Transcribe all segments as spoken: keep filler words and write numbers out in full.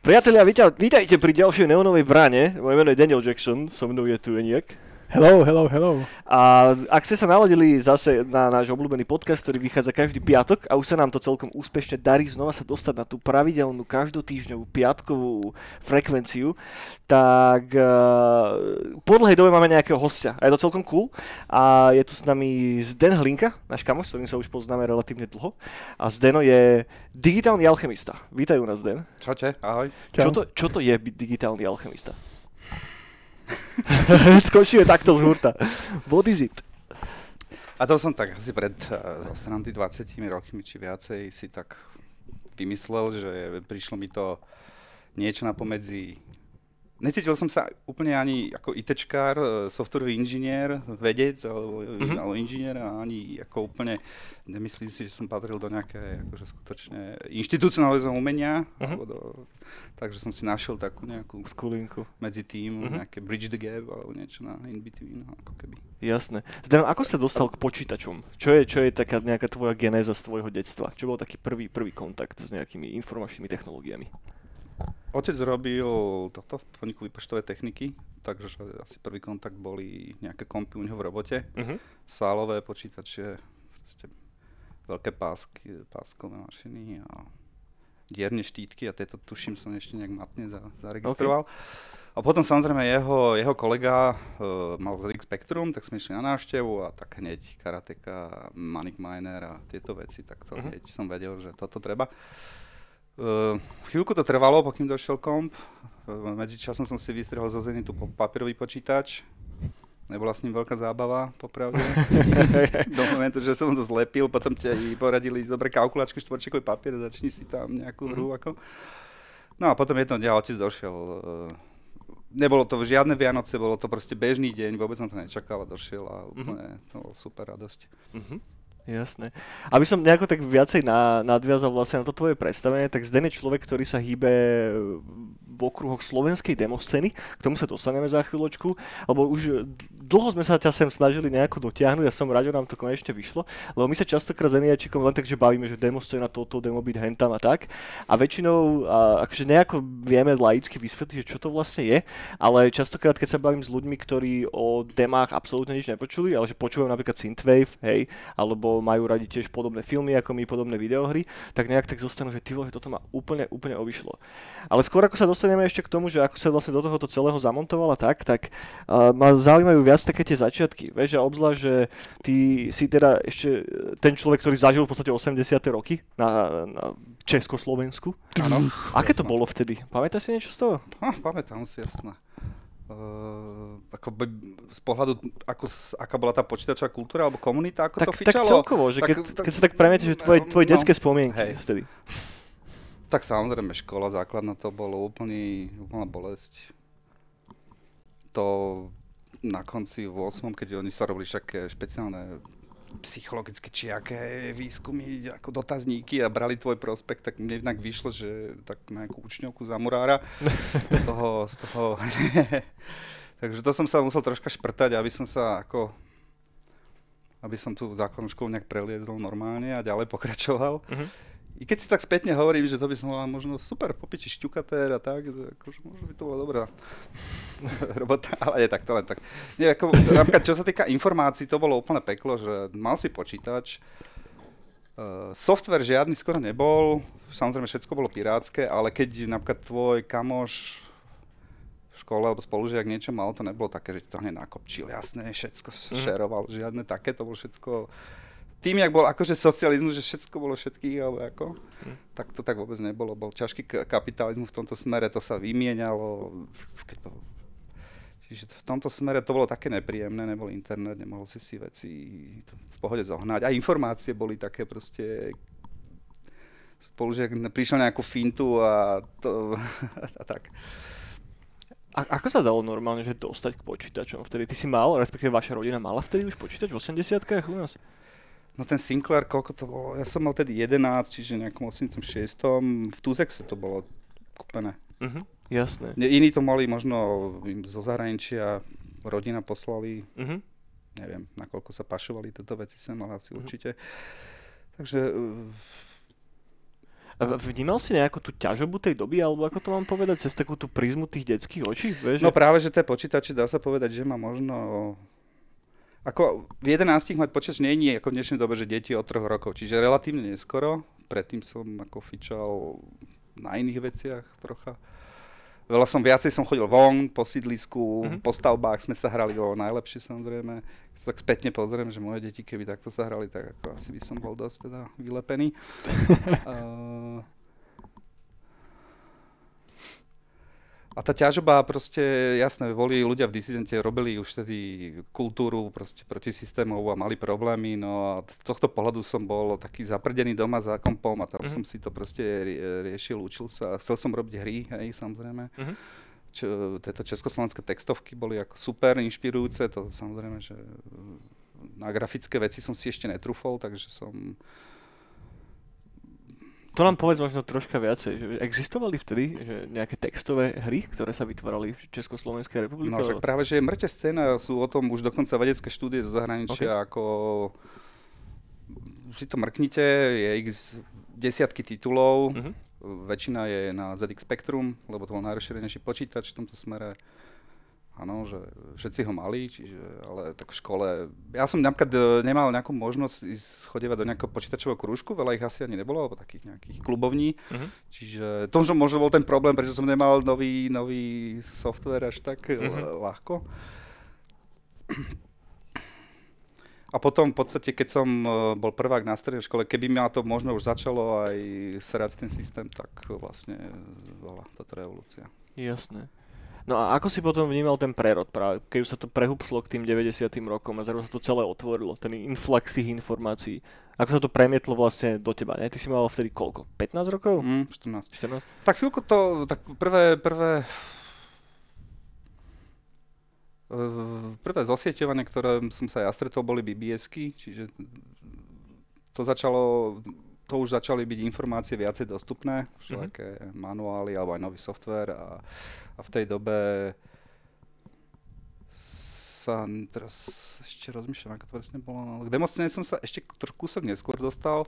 Priatelia, víta, vítajte pri ďalšej neonovej bráne. Moje meno je Daniel Jackson, so mnou je tu Eniak. Hello, hello, hello. A ak ste sa naladili zase na náš obľúbený podcast, ktorý vychádza každý piatok a už sa nám to celkom úspešne darí znova sa dostať na tú pravidelnú každotýždňovú piatkovú frekvenciu, tak uh, po dlhej dobe máme nejakého hostia a je to celkom cool. A je tu s nami Zden Hlinka, náš kamoš, s ktorým sa už poznáme relatívne dlho. A Zdeno je digitálny alchemista. Vítajú nás, Zden. Čaute, ahoj. Čo to, čo to je byť digitálny alchemista? Skočíme takto z hurta. What is it? A to som tak asi pred zase nám tým dvadsiatimi rokmi či viacej si tak vymyslel, že prišlo mi to niečo napomedzi. Necítil som sa úplne ani ako ITčkár, softwarový inžinier, vedec alebo, mm-hmm. alebo inžinier a ani ako úplne nemyslím si, že som patril do nejaké akože skutočne inštitucionalizmu umenia, mm-hmm. alebo do, takže som si našiel takú nejakú skulinku medzi tým, mm-hmm. nejaké bridge the gap alebo niečo na in between, ako keby. Jasné. Zdeno, ako sa dostal k počítačom? Čo je, čo je taká nejaká tvoja genéza z tvojho detstva? Čo bol taký prvý, prvý kontakt s nejakými informačnými technológiami? Otec robil toto v podniku výpočtovej techniky, takže asi prvý kontakt boli nejaké kompy u neho v robote, uh-huh. sálové počítače, proste veľké pásky, páskové mašiny a dierne štítky a tieto tuším som ešte nejak matne za, zaregistroval. Okay. A potom samozrejme jeho, jeho kolega uh, mal zet iks Spectrum, tak sme išli na návštevu a tak hneď karateka, Manic Miner a tieto veci, tak to uh-huh. hneď som vedel, že toto treba. Uh, chvíľku to trvalo, pokým došiel komp. Uh, medzičasom som si vystrihol zo Zenitu papierový počítač. Nebola s ním veľká zábava, popravde. Do momentu, že som to zlepil, potom ti poradili zobre kalkulačku, štvorčekový papier, začni si tam nejakú hru. Ako. No a potom jedno dňa otec došiel. Uh, nebolo to žiadne Vianoce, bolo to proste bežný deň, vôbec som to nečakal a došiel a úplne to bolo super radosť. Uh-huh. Jasné. Aby som nejako tak viacej na, nadviazal vlastne na to tvoje predstavenie, tak Zden je človek, ktorý sa hýbe v okruhoch slovenskej demoscény. K tomu sa dostaneme za chvíľočku, lebo už dlho sme sa ťa sem snažili nejako dotiahnuť a som rád, že nám to konečne vyšlo, lebo my sa častokrát s Eniačikom len tak, že bavíme, že demoscéna toto, demobyt hentam a tak. A väčšinou a, akože nejako vieme laicky vysvetliť, že čo to vlastne je, ale častokrát, keď sa bavím s ľuďmi, ktorí o demách absolútne nič nepočuli, ale že počúvajú napríklad Synthwave, hej, alebo majú radi tiež podobné filmy ako my, podobné videohry, tak nejak tak zostanú, že ty vole, že toto ma úplne, úplne obišlo. Ale skôr ako sa dostaneme ešte k tomu, že ako sa vlastne do tohoto celého zamontovala tak, tak uh, ma zaujímajú viac také tie začiatky. Vieš, a obzvlášť, že ty si teda ešte ten človek, ktorý zažil v podstate osemdesiate roky na, na Československu. Áno. Aké to bolo vtedy? Pamätáš si niečo z toho? Ah, pamätám si, jasné. Uh, ako by, z pohľadu, ako, aká bola tá počítačová kultúra alebo komunita, ako tak, to fičalo? Tak celkovo, že tak, keď, tak, keď sa tak premiete, že tvoje, tvoje no, detské spomienky hej. vtedy. Tak samozrejme, škola základná to bolo úplný, úplná bolesť. To na konci v ôsmom, keď oni sa robili všaké špeciálne psychologické či aké výskumy, ako dotazníky a brali tvoj prospekt, tak mne jednak vyšlo, že tak nejakú učňovku za murára z toho, z toho takže to som sa musel troška šprtať, aby som sa ako aby som tú základnú školu nejak preliezol normálne a ďalej pokračoval. Uh-huh. I keď si tak spätne hovorím, že to by som mal možno super popiči šťukatér a tak, že akože možno by to bola dobrá robota, ale nie tak to len tak. Nie, ako, napríklad, čo sa týka informácií, to bolo úplne peklo, že mal si počítač, uh, software žiadny skoro nebol, samozrejme všetko bolo pirátske, ale keď napríklad tvoj kamoš v škole alebo spolužiak niečo mal, to nebolo také, že ti to hneď nakopčil, jasné, všetko mm. šeroval, žiadne také, to bolo všetko. Tým, jak bol akože socializmus, že všetko bolo všetkých, alebo ako, hmm. tak to tak vôbec nebolo. Bol ťažký k- kapitalizmus v tomto smere, to sa vymienialo. Keď bol... Čiže v tomto smere to bolo také nepríjemné, nebol internet, nemohol si si veci v pohode zohnať. A informácie boli také proste... Spolužiak prišiel nejakú fintu a to... a tak. A ako sa dalo normálne, že dostať k počítačom vtedy? Ty si mal, respektíve vaša rodina mala vtedy už počítač v osemdesiatkach u nás? No ten Sinclair, koľko to bolo? Ja som mal tedy jedenásť, čiže nejakom osemdesiatom šiestom V Tuzexe to bolo kúpené. Uh-huh, jasné. Iní to mali možno zo zahraničia, rodina poslali, uh-huh. neviem, nakoľko sa pašovali tieto veci sem, ale asi uh-huh. určite. Takže... V- Vnímal si nejakú tú ťažobu tej doby, alebo ako to mám povedať, cez takú tú prízmu tých detských očí? Vieš, No že... práve, že tie počítače, dá sa povedať, že má možno... Ako v jedenástich mať počítač nie je ako v dnešnej dobe, že deti od troch rokov, čiže relatívne neskoro. Predtým som ako fičal na iných veciach trocha. Veľa som, viacej som chodil von, po sídlisku, Mhm. po stavbách sme sa hrali o najlepšie samozrejme. Keď sa tak spätne pozriem, že moje deti keby takto sa hrali, tak ako asi by som bol dosť teda vylepený. uh, a tá ťažoba proste, jasné, boli ľudia v disidente, robili už tedy kultúru proste protisystémovú a mali problémy, no a z tohto pohľadu som bol taký zaprdený doma za kompom a tam Mhm. som si to proste rie- riešil, učil sa, chcel som robiť hry, hej, samozrejme. Mhm. Čo, tieto československé textovky boli ako super inšpirujúce, to samozrejme, že na grafické veci som si ešte netrúfol, takže som... To nám povedz možno troška viacej, že existovali vtedy že nejaké textové hry, ktoré sa vytvárali v Československej republike? No však práve, že mŕte scéna, sú o tom už dokonca vedecké štúdie zo zahraničia, ako si to mrknite, je ich desiatky titulov, Mhm. väčšina je na zet iks Spectrum, lebo to bol najrozšírenejší počítač v tomto smere. Áno, že všetci ho mali, čiže, ale tak v škole... Ja som napríklad e, nemal nejakú možnosť ísť chodievať do nejakého počítačového krúžku, veľa ich asi ani nebolo, alebo takých nejakých klubovní. Mhm. Čiže to že možno bol ten problém, prečo som nemal nový, nový software až tak Mhm. mm-hmm. ľahko. A potom v podstate, keď som e, bol prvák na strednej škole, keby ma to možno už začalo aj srať ten systém, tak vlastne bola táto revolúcia. Jasné. No a ako si potom vnímal ten prerod práve, keď už sa to prehúpslo k tým deväťdesiatym rokom a zrazu sa to celé otvorilo, ten influx tých informácií. Ako sa to premietlo vlastne do teba, ne? Ty si mal vtedy koľko? pätnásť rokov? Mm, štrnásť. štrnásť? Tak chvíľku to, tak prvé, prvé, uh, prvé zosieťovanie, ktoré som sa ja stretol, boli bé bé esky, čiže to začalo, to už začali byť informácie viacej dostupné, všelijaké mm-hmm. manuály alebo aj nový software a, a v tej dobe sa teraz ešte rozmýšľam, ako to presne bolo. No, k Demoscene som sa ešte kúsok neskôr dostal.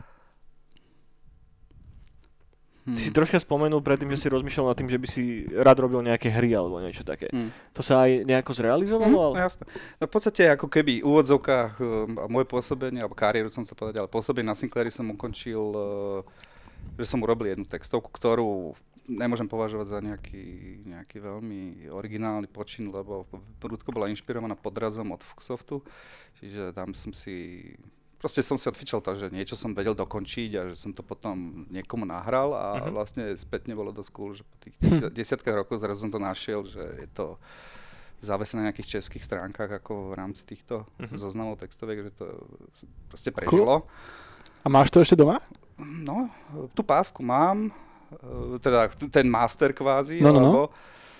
Ty si troška spomenul predtým, že si rozmýšľal nad tým, že by si rád robil nejaké hry alebo niečo také. Mm. To sa aj nejako zrealizovalo? Mm, ale... no jasné. No v podstate ako keby v úvodzovkách um, a moje pôsobenie, alebo kariéru som sa povedal, ale pôsobenie na Sinclairi som ukončil, uh, že som urobil jednu textovku, ktorú nemôžem považovať za nejaký, nejaký veľmi originálny počin, lebo prudko bola inšpirovaná podrazom od Fuxsoftu, čiže tam som si... Proste som si odfičal tak, že niečo som vedel dokončiť a že som to potom niekomu nahral a uh-huh. vlastne spätne bolo dosť cool, že po tých desi- desiatkách rokov zrazu som to našiel, že je to závesené na nejakých českých stránkach ako v rámci týchto uh-huh. zoznamov textoviek, že to proste prežilo. Cool. A máš to ešte doma? No, tú pásku mám, teda ten master kvázi, no, no, alebo... No.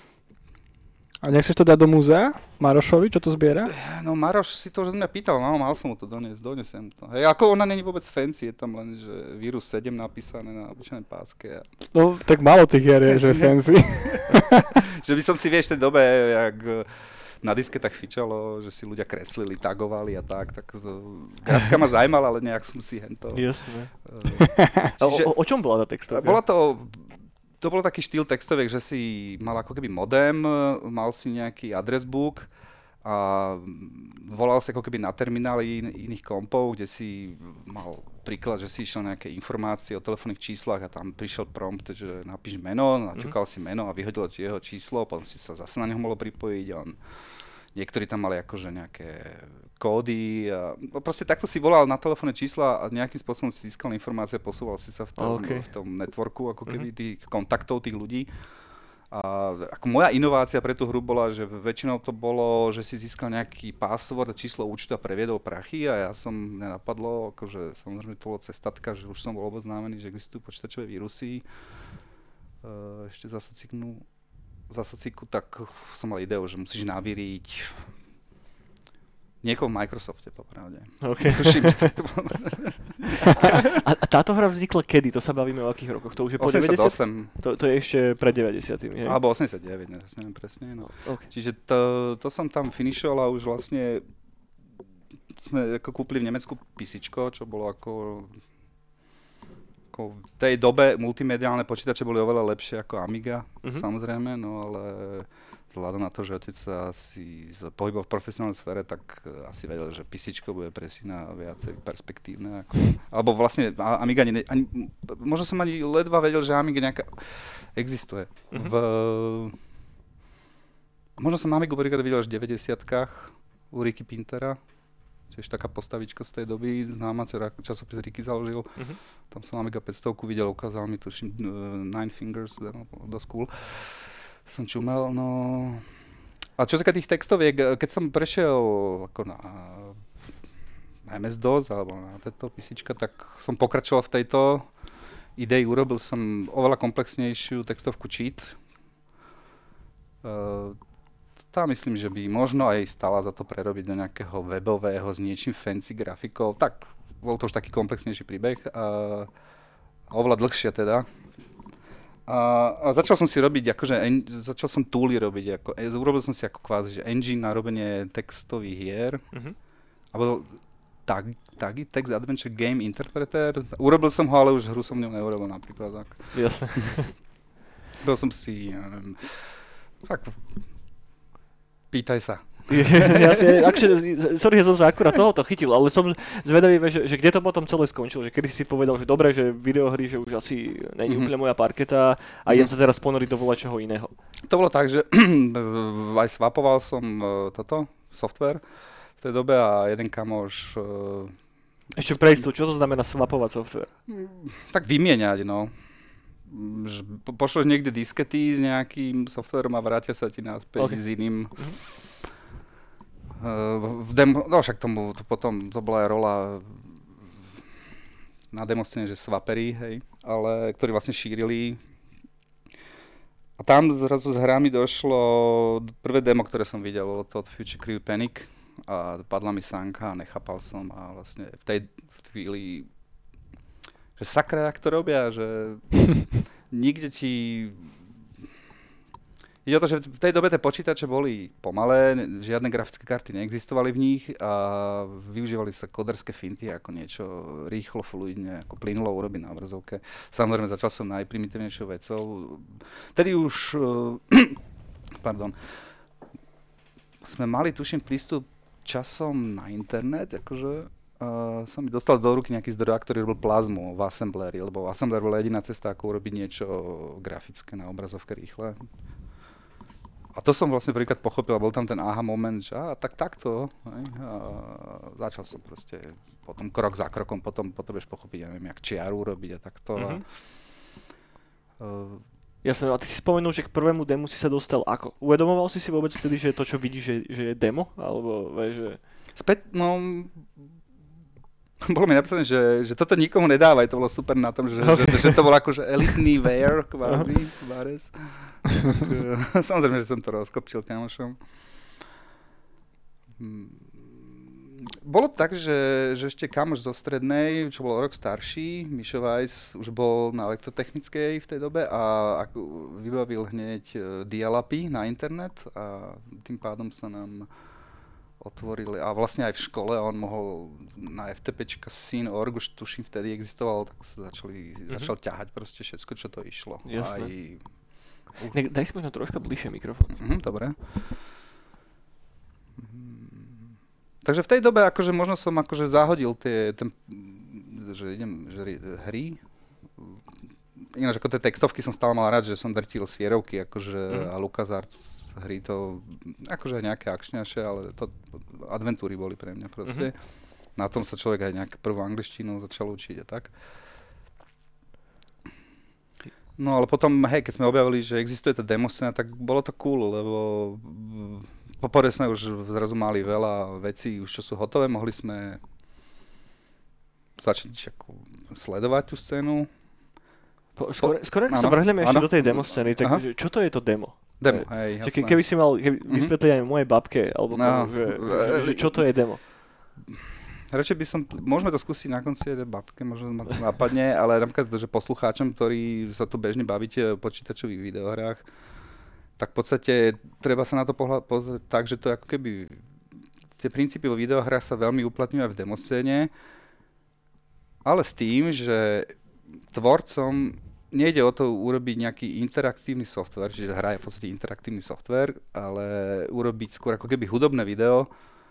A nechceš to dať do múzea? Marošovi, čo to zbiera? No Maroš si to už od mňa pýtal, no mal som mu to doniesť, donesem to. Hej, ako ona není vôbec fancy, je tam len, že vírus sedem napísané na obyčajnej páske. A... No, tak málo tých hier je, že fancy. Že by som si, vieš, v tej dobe, jak na diske tak fičalo, že si ľudia kreslili, tagovali a tak, tak to, grafika ma zaujímala, ale nejak som si hento... Jasné. Uh, čiže... o, o, o čom bola tá textovka? Bola to... To bol taký štýl textoviek, že si mal ako keby modem, mal si nejaký address book a volal si ako keby na terminály in, iných kompov, kde si mal príklad, že si išiel nejaké informácie o telefónnych číslach a tam prišiel prompt, že napíš meno, naťukal mm-hmm. si meno a vyhodilo ti jeho číslo, potom si sa zase na neho mohlo pripojiť. On, niektorí tam mali akože nejaké kódy a no proste takto si volal na telefónne čísla a nejakým spôsobom si získal informácie, posúval si sa v tom, okay. v tom networku, ako keby mm-hmm. tých kontaktov tých ľudí. A ako moja inovácia pre tú hru bola, že väčšinou to bolo, že si získal nejaký password, číslo účtu a previedol prachy a ja som nenapadlo, akože samozrejme to bolo cez tatka, že už som bol oboznámený, že existujú počítačové vírusy. Ešte za sociknú za sociku, tak som mal ideu, že musíš navíriť niekoho v Microsofte, popravde. Okay. Tuším, a, a táto hra vznikla kedy? To sa bavíme o akých rokoch? To už je po osemdesiatosem. deväťdesiatom? To, to je ešte pred deväťdesiatym, hej? Alebo osemdesiatdeväť, ne, neviem presne. No. Okay. Čiže to, to som tam finišoval a už vlastne sme ako kúpili v Nemecku písičko, čo bolo ako ako v tej dobe multimediálne počítače boli oveľa lepšie ako Amiga, Mhm. samozrejme, no ale vzhľadom na to, že otec sa asi pohyboval v profesionálnej sfére, tak eh, asi vedel, že písičko bude pre syna viacej perspektívne. Ako, alebo vlastne a- Amiga, ani, ani, možno som ani ledva vedel, že Amiga nejaká existuje. Mhm. V, možno som Amigu prvýkrát videl až v deväťdesiatkach u Ricky Pintera. Tiež taká postavička z tej doby, známa, čo ra- časopis Ricky založil. Mhm. Tam som Amiga päťsto videl, ukázal mi tuším uh, Nine Fingers, no, dosť cool. Som čumel, no... A čo sa týka tých textoviek, keď som prešiel ako na em es DOS alebo na tejto písička, tak som pokračoval v tejto idei, urobil som oveľa komplexnejšiu textovku cheat. Uh, tá myslím, že by možno aj stala za to prerobiť do nejakého webového s niečím fancy grafikou. Tak, bol to už taký komplexnejší príbeh. Uh, oveľa dlhšie teda. A, a začal som si robiť, akože, en, začal som tooly robiť, ako, e, urobil som si ako kvázi, že engine na robenie textových hier. Mhm. A bol tag, tagy, Text Adventure Game Interpreter. Urobil som ho, ale už hru som ňou neurobil napríklad. Tak. Jasne. Robil som si, ja neviem, tak, pýtaj sa. Jasne, actually, sorry, že som sa akurát tohoto chytil, ale som zvedavý, že, že kde to potom celé skončilo, že kedy si povedal, že dobre, že videohry, že už asi není Mhm. úplne moja parketa a idem sa teraz ponoriť do voľačoho iného. To bolo tak, že aj swapoval som uh, toto, software v tej dobe a jeden kamoš uh, Ešte pre istotu, čo to znamená swapovať software? tak vymieňať, no. Že po- pošleš niekde diskety s nejakým softverom a vrátia sa ti naspäť Ok. s iným. Mhm. Uh, v demo, no však tomu to potom, to bola aj rola na demoscéne, že swapery, hej, ale ktorí vlastne šírili. A tam zrazu s hrami došlo, prvé demo, ktoré som videl, bolo to od Future Crew Panic a padla mi sánka a nechápal som a vlastne v tej v chvíli, že sakra, jak to robia, že nikde ti... Ide o to, že v tej dobe tie počítače boli pomalé, ne- žiadne grafické karty neexistovali v nich a využívali sa koderské finty ako niečo rýchlo, fluidne, ako plynulo urobiť na obrazovke. Samozrejme, začal som najprimitívnejšou vecou. Tedy už, eh, pardon, sme mali, tuším, prístup časom na internet, akože Uh, som mi dostal do ruky nejaký zdroj, ktorý robil plazmu v Assembleri, lebo Assembler bola jediná cesta, ako urobiť niečo grafické na obrazovke rýchle. A to som vlastne prvýkrát pochopil, a bol tam ten aha moment, že á, tak takto. Hej? A začal som proste potom krok za krokom, potom potrebuješ pochopiť, ja neviem, jak čiaru urobiť a takto. Mhm. A, uh, Jasne, a ty si spomenul, že k prvému demu si sa dostal ako? Uvedomoval si si vôbec vtedy, že to, čo vidíš, že, že je demo? Alebo, vieš, že... Späť, no... Bolo mi napísané, že, že toto nikomu nedávaj, to bolo super na tom, že, Okay. že, že to bol akože elitný wear, kvázi, Vares. Samozrejme, že som to rozkopčil kamošom. Hmm. Bolo tak, že, že ešte kamoš zo strednej, čo bol o rok starší, Mišo Weiss, už bol na elektrotechnickej v tej dobe a ako vybavil hneď eh, dial-upy na internet a tým pádom sa nám otvorili a vlastne aj v škole on mohol na FTPčka scene bodka org, už tuším vtedy existoval, tak sa začali, Mhm. začal ťahať proste všetko, čo to išlo. Jasné. Aj, Ne, daj si možno troška bližšie mikrofón. mhm, dobre. Mm. Takže v tej dobe akože možno som akože zahodil tie, ten, že idem, že ri- hry. Ináč ako tie textovky som stále mal rád, že som drtil sierovky akože Mhm. a LucasArts hry to, akože aj nejaké akčňašie, ale to adventúry boli pre mňa proste. Na tom sa človek aj nejakú prvú angličtinu začal učiť a tak. No ale potom, hej, keď sme objavili, že existuje tá demoscéna, tak bolo to cool, lebo po pore sme už zrazu mali veľa vecí, už čo sú hotové, mohli sme začať ako sledovať tú scénu. Po, skôr, skôr ako sa Áno, vrhneme ešte áno. do tej demo scény, tak Aha. že, čo to je to demo? Demo, Eh, hej, Že ke, jasné. keby si mal keby Mhm. vysvetliť aj mojej babke, alebo No, komu, že, že, že čo to je demo? Radšej by som, môžeme to skúsiť na konci aj tej babke, možno ma to napadne, ale napríklad, že poslucháčom, ktorí sa tu bežne bavíte o počítačových videohrách, tak v podstate treba sa na to pohľa- pozrieť tak, že to je ako keby, tie princípy vo videohrách sa veľmi uplatňujú aj v demoscéne, ale s tým, že tvorcom nejde o to urobiť nejaký interaktívny software, čiže hra je v podstate interaktívny software, ale urobiť skôr ako keby hudobné video,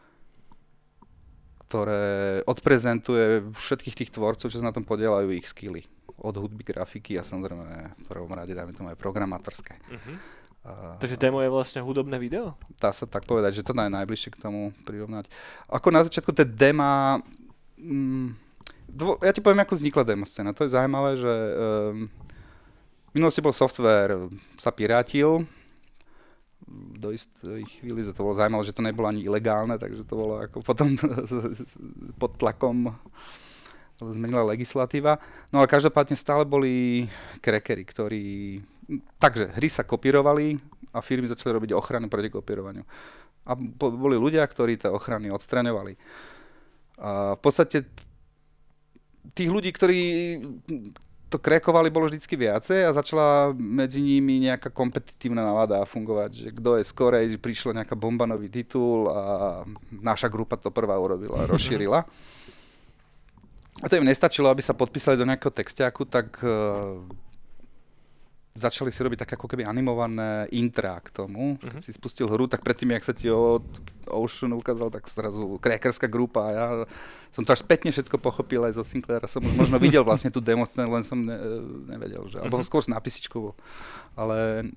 ktoré odprezentuje všetkých tých tvorcov, čo sa na tom podielajú, ich skilly. Od hudby, grafiky a samozrejme v prvom rade dáme tomu aj programátorské. Uh-huh. A, Takže téma je vlastne hudobné video? Dá sa tak povedať, že to je najbližšie k tomu prirovnať. Ako na začiatku tie dema... Mm, dvo, ja ti poviem, ako vznikla demoscéna. To je zaujímavé, že um, v minulosti bol software, sa pirátil, do istej chvíli, to bolo zaujímavé, že to nebolo ani ilegálne, takže to bolo ako potom pod tlakom zmenila legislatíva. No ale každopádne stále boli crackery, ktorí... Takže hry sa kopírovali a firmy začali robiť ochranu proti kopírovaniu. A boli ľudia, ktorí tie ochrany odstraňovali. A v podstate tých ľudí, ktorí to krekovali, bolo vždycky viacej a začala medzi nimi nejaká kompetitívna nálada fungovať, že kto je skorej, prišla nejaká bomba, nový titul a naša grupa to prvá urobila, rozšírila. A to im nestačilo, aby sa podpísali do nejakého textiaku, tak uh, začali si robiť také ako keby animované intra k tomu. Uh-huh. Keď si spustil hru, tak predtým, jak sa ti od Ocean ukázal, tak zrazu crackerská grupa a ja som to až spätne všetko pochopil, aj zo Sinclaira som možno videl vlastne tú demoscénu, len som ne, nevedel, že, alebo skôr na písičku, ale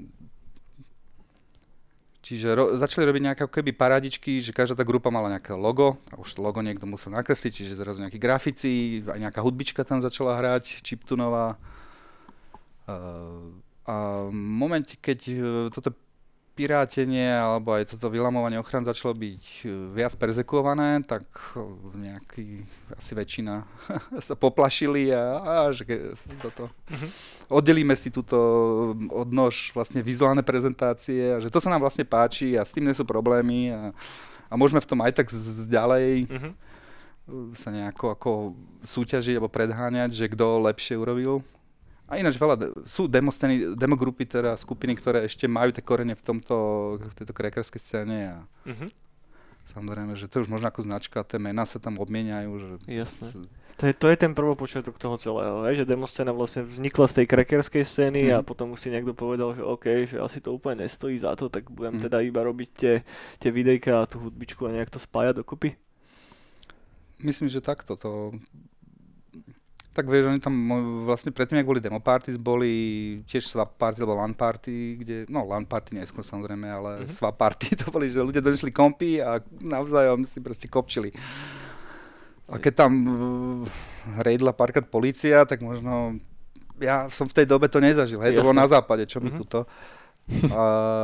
čiže ro, začali robiť nejaké keby parádičky, že každá tá grupa mala nejaké logo a už to logo niekto musel nakresliť, čiže zrazu nejakí grafici, aj nejaká hudbička tam začala hrať, chiptunová. Uh, a v momente, keď toto pirátenie alebo aj toto vylamovanie ochran začalo byť viac perzekované, tak nejaký, asi väčšina sa poplašili a, a že toto, uh-huh. oddelíme si túto odnož vlastne vizuálne prezentácie a že to sa nám vlastne páči a s tým nie sú problémy a, a môžeme v tom aj tak z, ďalej uh-huh. sa nejako ako súťažiť alebo predháňať, že kto lepšie urobil. A ináč veľa, de- sú demoscény, demogrupy, teda skupiny, ktoré ešte majú tie korene v tomto, v tejto crackerskej scéne a uh-huh. samozrejme, že to už možno ako značka, tie mená sa tam obmieniajú. Že jasné. To je, to je ten prvopočiatok toho celého, že demoscéna vlastne vznikla z tej crackerskej scény uh-huh. a potom už si niekto povedal, že OK, že asi to úplne nestojí za to, tak budem uh-huh. teda iba robiť tie, tie videjka a tú hudbičku a nejak to spájať dokopy. Myslím, že takto to... Tak vieš, oni tam vlastne predtým, ak boli demo parties, boli tiež swap party alebo LAN party, kde, no LAN party neskôr samozrejme, ale mm-hmm. swap party to boli, že ľudia donesli kompy a navzájom si proste kopčili. A keď tam uh, rejdla párkrát polícia, tak možno, ja som v tej dobe to nezažil, hej, to bolo na západe, čo mi mm-hmm. tuto. A,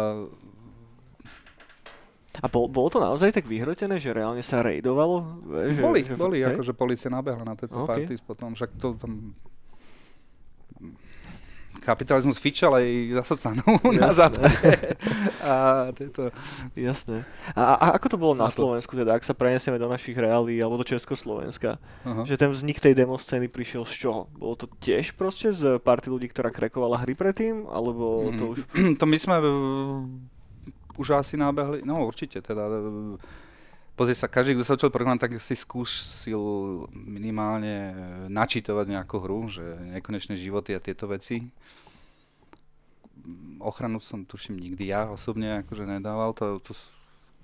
A bol, bolo to naozaj tak vyhrotené, že reálne sa rejdovalo? Že, boli, že, boli, hej? akože polícia nabehla na tieto okay. parties potom, však to tam... Kapitalizmus fičal aj za socanu na západe. A tieto... Jasné. A, a ako to bolo na, na Slovensku, teda, ak sa prenesieme do našich reálí, alebo do Československa, uh-huh. že ten vznik tej demoscény prišiel z čoho? Bolo to tiež proste z party ľudí, ktorá krekovala hry predtým, alebo to už... To my sme... už asi nábehli, no určite, teda pozri sa, každý, kto sa učil program, tak si skúsil minimálne načítovať nejakú hru, že nekonečné životy a tieto veci. Ochranu som tuším nikdy ja osobne akože nedával, to, to sú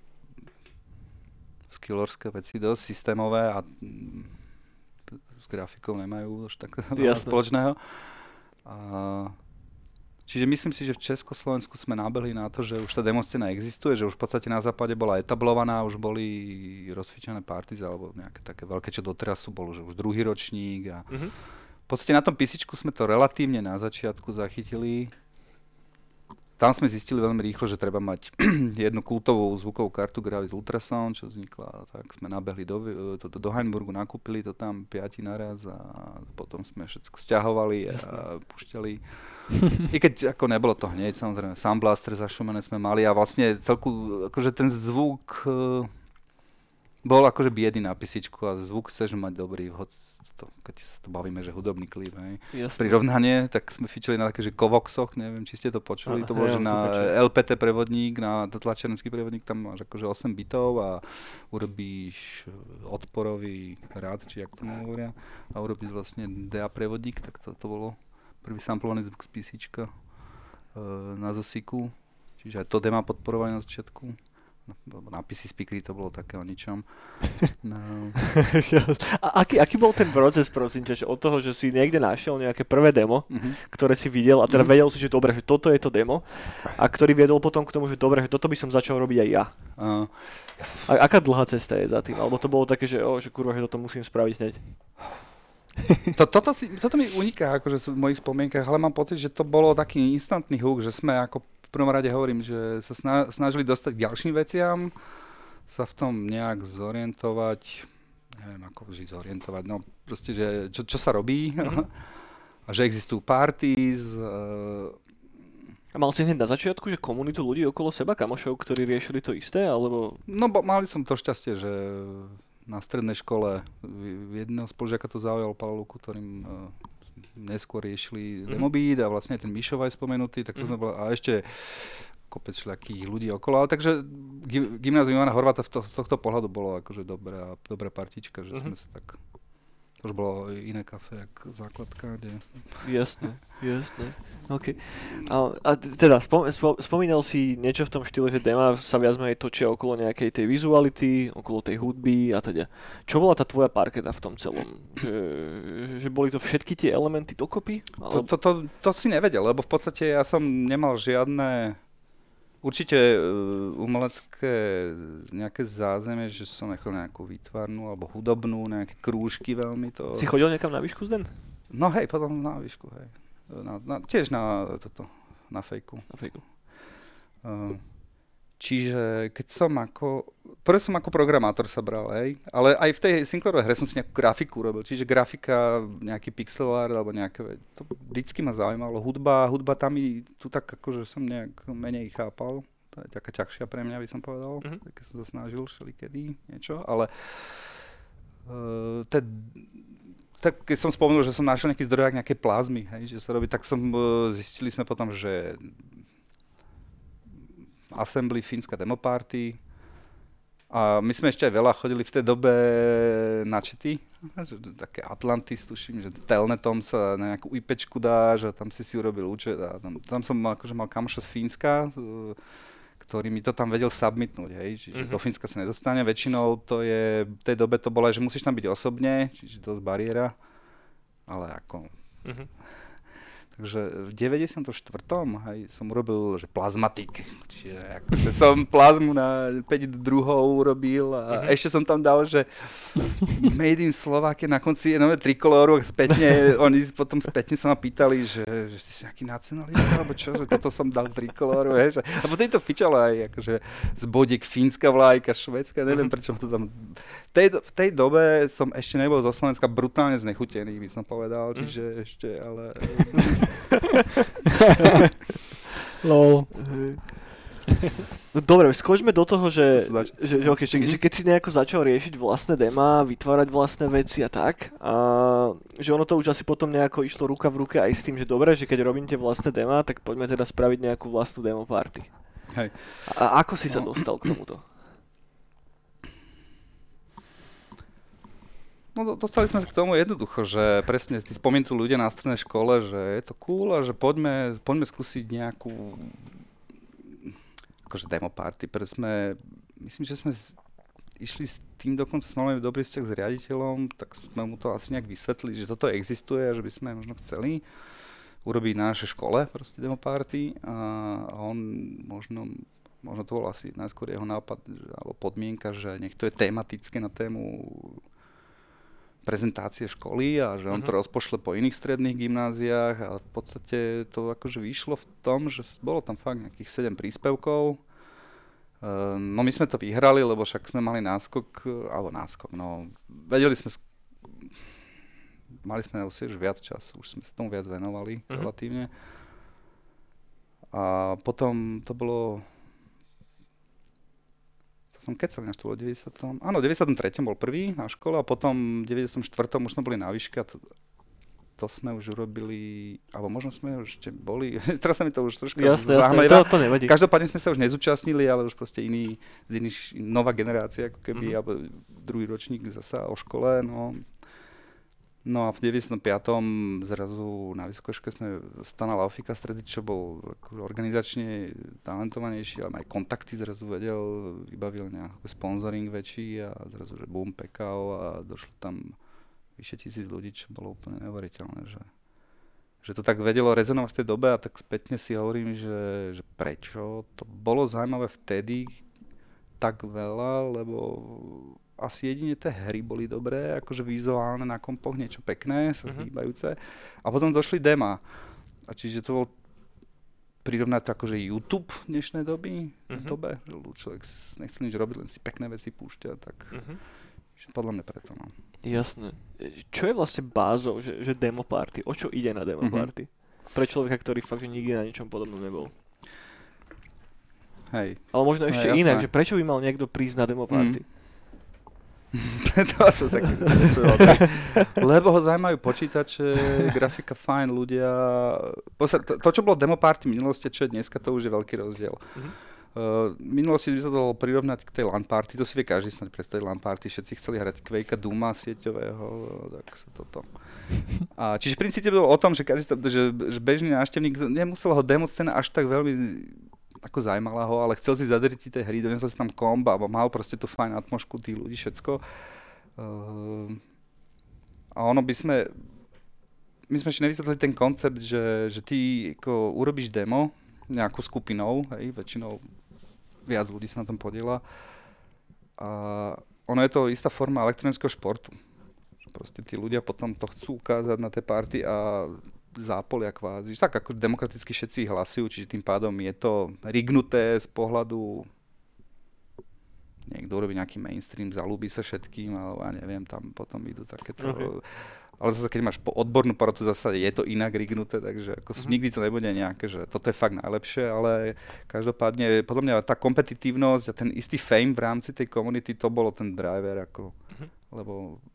skillorské veci dosť systémové a s grafikou nemajú už tak spoločného. A čiže myslím si, že v Československu sme nábehli na to, že už tá demoscéna existuje, že už v podstate na západe bola etablovaná, už boli rozfičané parties alebo nejaké také veľké, čo doteraz sú, bolo, že už druhý ročník a uh-huh. v podstate na tom písičku sme to relatívne na začiatku zachytili. Tam sme zistili veľmi rýchlo, že treba mať jednu kultovú zvukovú kartu Gravis Ultrasound, čo vznikla, tak sme nabehli do, do, do Heinburgu, nakúpili to tam piati naraz a potom sme všetko sťahovali a púšťali. I keď ako nebolo to hneď, samozrejme, Sound Blaster zašumené sme mali a vlastne celku, akože ten zvuk uh, bol akože biedy na písičku a zvuk chceš mať dobrý, hoď to, keď sa to bavíme, že hudobný klip, hej. Jasné. Prirovnanie, tak sme fičili na také, že Kovoxoch, neviem, či ste to počuli, A, to bolo, hej, že to na počujem. el pé té prevodník, na tlačenecký prevodník, tam máš akože osem bitov a urobíš odporový rád, či jak tomu hovoria, a urobíš vlastne dé á prevodník, tak to, to bolo prvý samplovaný zvuk z PCčka e, na Zosiku, čiže aj to dé má podporovanie na začiatku. Na pé cé speakery to bolo také o ničom. No. A aký, aký bol ten proces, prosím ťa, že od toho, že si niekde našiel nejaké prvé demo, Uh-huh. ktoré si videl a teda Mhm. vedel si, že dobre, že toto je to demo a ktorý viedol potom k tomu, že dobre, že toto by som začal robiť aj ja. Uh, A aká dlhá cesta je za tým? Alebo to bolo také, že, oh, že kurva, že toto musím spraviť hneď. to, toto, si, toto mi uniká akože v mojich spomienkach, ale mám pocit, že to bolo taký instantný hook, že sme ako v prvom rade hovorím, že sa sna- snažili dostať k ďalším veciam, sa v tom nejak zorientovať, neviem ako vždy zorientovať, no proste, že čo, čo sa robí Mhm. a že existujú parties. Uh, A mal si hneď na začiatku, že komunitu ľudí okolo seba, kamošov, ktorí riešili to isté, alebo... no bo, mali som to šťastie, že na strednej škole v- jedného spolužiaka to zaujal Pavluku, ktorým uh, neskôr riešili Mhm. Demobeat a vlastne aj ten Mišovaj spomenutý, tak to sme boli, a ešte kopec všelijakých ľudí okolo, ale takže gy- gymnázium Ivana Horváta v to, z tohto pohľadu bolo akože dobrá, dobrá partička, že Mhm. sme sa tak, to už bolo iné kafe, jak základka, kde... Jasné, jasné. OK. A, a teda spom, spom, spomínal si niečo v tom štýle, že Dema sa viac menej točia okolo nejakej tej vizuality, okolo tej hudby a teda. Čo bola tá tvoja parketa v tom celom? Že, že boli to všetky tie elementy dokopy? To, Alebo... to, to, to si nevedel, lebo v podstate ja som nemal žiadne, určite uh, umelecké nejaké zázemie, že som nechal nejakú výtvarnú alebo hudobnú, nejaké krúžky veľmi to... Si chodil niekam na výšku Zden? No hej, potom na výšku, hej. Na, na, tiež na toto, na fejku. Na fejku. Uh, čiže keď som ako, prvé som ako programátor sa bral, hej, ale aj v tej Sinclairovej hre som si nejakú grafiku robil, čiže grafika, nejaký pixel art alebo nejaké, to vždycky ma zaujímalo. Hudba, hudba tam mi tu tak akože som nejak menej chápal, to je taká ťažšia pre mňa, by som povedal, Mhm. keď som sa snažil všelikedy niečo, ale uh, te, tak keď som spomenul, že som našiel nejaký zdrojak nejaké plazmy, hej, že sa robí, tak som, uh, zistili sme potom, že Assembly, fínska demoparty. A my sme ešte aj veľa chodili v tej dobe na čety, že také Atlantis, tuším, že telnetom sa na nejakú IPčku dáš a tam si si urobil účet a tam, tam som akože mal kamoša z Fínska, ktorý mi to tam vedel submitnúť, hej, čiže Mhm. do Fínska sa nedostane, väčšinou to je, v tej dobe to bolo aj, že musíš tam byť osobne, čiže dosť bariéra, ale ako... Mhm. Takže v deväťdesiatom štvrtom hej, som urobil, že plazmatik, čiže akože som plazmu na päť druhov urobil a Mhm. ešte som tam dal, že Made in Slovakia na konci je nové trikolóru a spätne, oni potom spätne sa ma pýtali, že, že si nejaký nacionalista, alebo čo, že toto som dal trikolóru, hej, že, a potom to fičalo aj akože z bodiek fínska vlajka, švédska, neviem Mhm. prečo to tam... V tej, v tej dobe som ešte nebol zo Slovenska brutálne znechutený, by som povedal, čiže ešte, ale... Lol. No dobre, skočme do toho, že, To sa zač- že, že, okay, že, Mhm. že keď si nejako začal riešiť vlastné demá, vytvárať vlastné veci a tak, a že ono to už asi potom nejako išlo ruka v ruke aj s tým, že dobre, že keď robím tie vlastné demá, tak poďme teda spraviť nejakú vlastnú demo party. Hej. A ako si sa No. dostal k tomuto? No do- dostali sme sa k tomu jednoducho, že presne tí spomínajú tu ľudia na strednej škole, že je to cool a že poďme, poďme skúsiť nejakú akože demo party, preto sme, myslím, že sme z, išli s tým dokonca, sme mali dobrý vzťah s riaditeľom, tak sme mu to asi nejak vysvetlili, že toto existuje a že by sme možno chceli urobiť na našej škole proste demo party a on možno, možno to bol asi najskôr jeho nápad, že, alebo podmienka, že nech to je tematické na tému prezentácie školy a že on to Mhm. rozpošle po iných stredných gymnáziách a v podstate to akože vyšlo v tom, že bolo tam fakt nejakých sedem príspevkov. Uh, no my sme to vyhrali, lebo však sme mali náskok, alebo náskok, no vedeli sme, sk- mali sme už viac času, už sme sa tomu viac venovali Mhm. relatívne. A potom to bolo, to som kecal, ináč to bolo deväťdesiatom Áno, v deväťdesiatom treťom bol prvý na škole a potom v deväťdesiatom štvrtom už sme boli na výške a to, to sme už urobili, alebo možno sme už ešte boli, teraz sa mi to už troška jasné, zahmlieva. Jasné, to, to nevadí. Každopádne sme sa už nezúčastnili, ale už proste iný, z iných, nová generácia, ako keby, mm-hmm. alebo druhý ročník zasa o škole, no. No a v deväťdesiatom piatom zrazu na vysokej škole sme Stana Laufika strediť, čo bol organizačne talentovanejší, ale aj kontakty zrazu vedel, vybavil nejaký sponzoring väčší a zrazu, že boom, pekao a došlo tam vyše tisíc ľudí, čo bolo úplne neuveriteľné, že, že to tak vedelo rezonovať v tej dobe a tak spätne si hovorím, že, že prečo to bolo zaujímavé vtedy tak veľa, lebo asi jedine tie hry boli dobré, akože vizuálne na kompoch niečo pekné, sa mm-hmm. hýbajúce a potom došli dema a čiže to bol prirovnať to akože YouTube v dnešnej doby, mm-hmm. dobe, že človek nechcel nič robiť, len si pekné veci púšťa, tak mm-hmm. podľa mňa preto, no. Jasné. Čo je vlastne bázou, že, že demo party? O čo ide na demo party? Mm-hmm. Pre človeka, ktorý fakt že nikdy na ničom podobnom nebol. Hej. Ale možno ešte Hej, inak, že prečo by mal niekto prísť na demo party? Mm. Preto sa taký Lebo ho zaujímajú počítače, grafika fajn, ľudia. To, to, čo bolo demo party v minulosti, čo je dneska, to už je veľký rozdiel. Mm-hmm. Uh, v minulosti by sa to dalo prirovnať k tej LAN party, to si vie každý snad predstaviť LAN party, všetci chceli hrať Quakea, Duma sieťového, tak sa toto. A čiže v princípe bolo o tom, že, každý, že, že bežný návštevník nemusel ho demo scéna až tak veľmi ako zaujímala ho, ale chcel si zadrtiť tie hry, donesol si tam komb a mal proste tú fajn atmosféru tých ľudí, všetko. Uh, a ono by sme, my sme ešte nevysvetlili ten koncept, že, že ty ako urobíš demo nejakou skupinou, hej, väčšinou viac ľudí sa na tom podieľa. A ono je to istá forma elektronického športu. Proste tí ľudia potom to chcú ukázať na tej party a zápolia kvázi. Tak ako demokraticky všetci hlasujú, čiže tým pádom je to rignuté z pohľadu niekto urobí nejaký mainstream, zalúbi sa všetkým, alebo ja neviem, tam potom idú takéto... Okay. Ale zase, keď máš odbornú porotu, zase je to inak rignuté, takže ako mm-hmm. nikdy to nebude nejaké, že toto je fakt najlepšie, ale každopádne, podľa mňa tá kompetitívnosť a ten istý fame v rámci tej komunity, to bolo ten driver, ako, mm-hmm. lebo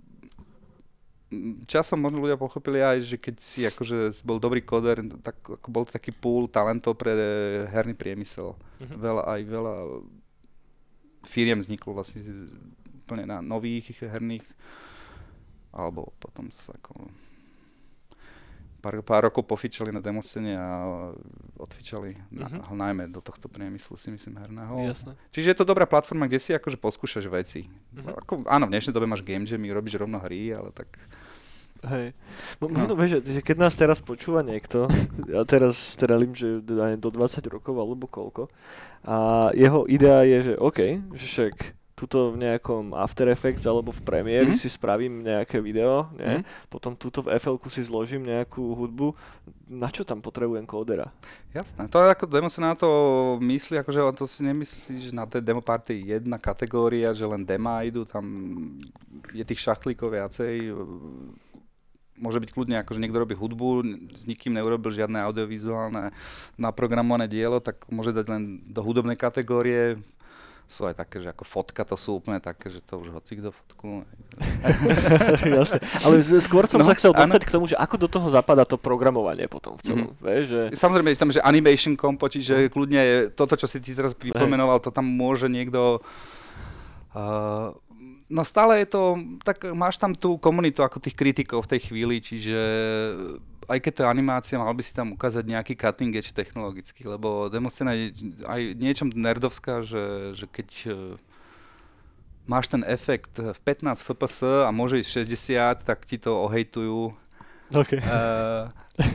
časom možno ľudia pochopili aj, že keď si akože bol dobrý koder, tak ako bol to taký pool talentov pre herný priemysel. Mm-hmm. Veľa aj veľa firiem vzniklo vlastne úplne na nových herných, alebo potom sa ako pár, pár rokov pofičali na demoscene a odfičali uh-huh. na, najmä do tohto priemyslu, si myslím, herného. Jasné. Čiže je to dobrá platforma, kde si akože poskúšaš veci. Uh-huh. Ako, áno, v dnešnej dobe máš game jamy, robíš rovno hry, ale tak... Hej. Možno, no. vieš, že keď nás teraz počúva niekto, ja teraz strelím, že do dvadsať rokov alebo koľko, a jeho idea je, že OK, že však tuto v nejakom After Effects alebo v Premiere mm-hmm. si spravím nejaké video, nie? Mm-hmm. Potom tuto v ef elku si zložím nejakú hudbu. Na čo tam potrebujem kódera? Jasné, to je ako demo sa na to myslí, akože to si nemyslíš, že na tej demo party jedna kategória, že len dema idú, tam je tých šachtlíkov viacej. Môže byť kľudne, akože niekto robí hudbu, s nikým neurobil žiadne audiovizuálne naprogramované dielo, tak môže dať len do hudobnej kategórie. Sú aj také, že ako fotka, to sú úplne také, že to už hocikto fotku. Jasne. Ale skôr som no, sa chcel dostať áno. k tomu, že ako do toho zapadá to programovanie potom v celom. Mm-hmm. Vieš, že... Samozrejme, je tam, že animation compo, čiže kľudne je toto, čo si ty teraz vypomenoval, to tam môže niekto... Uh, no stále je to, tak máš tam tú komunitu ako tých kritikov v tej chvíli, čiže... aj keď to je animácia, mal by si tam ukázať nejaký cutting edge technologicky, lebo demoscéna je aj niečom nerdovská, že, že keď uh, máš ten efekt v pätnásť ef pé es a môže ísť šesťdesiat, tak ti to ohejtujú. Okay. Uh,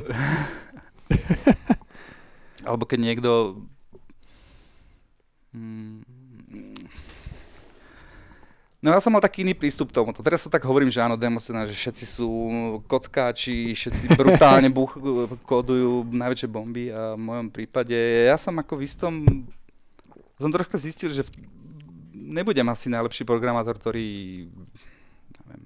alebo keď niekto... Hmm, No ja som mal taký iný prístup k tomuto. Teraz sa tak hovorím, že áno, demoscéna, že všetci sú kockáči, všetci brutálne buch, kódujú najväčšie bomby a v mojom prípade ja som ako v istom... Som troška zistil, že v, nebudem asi najlepší programátor, ktorý... Neviem...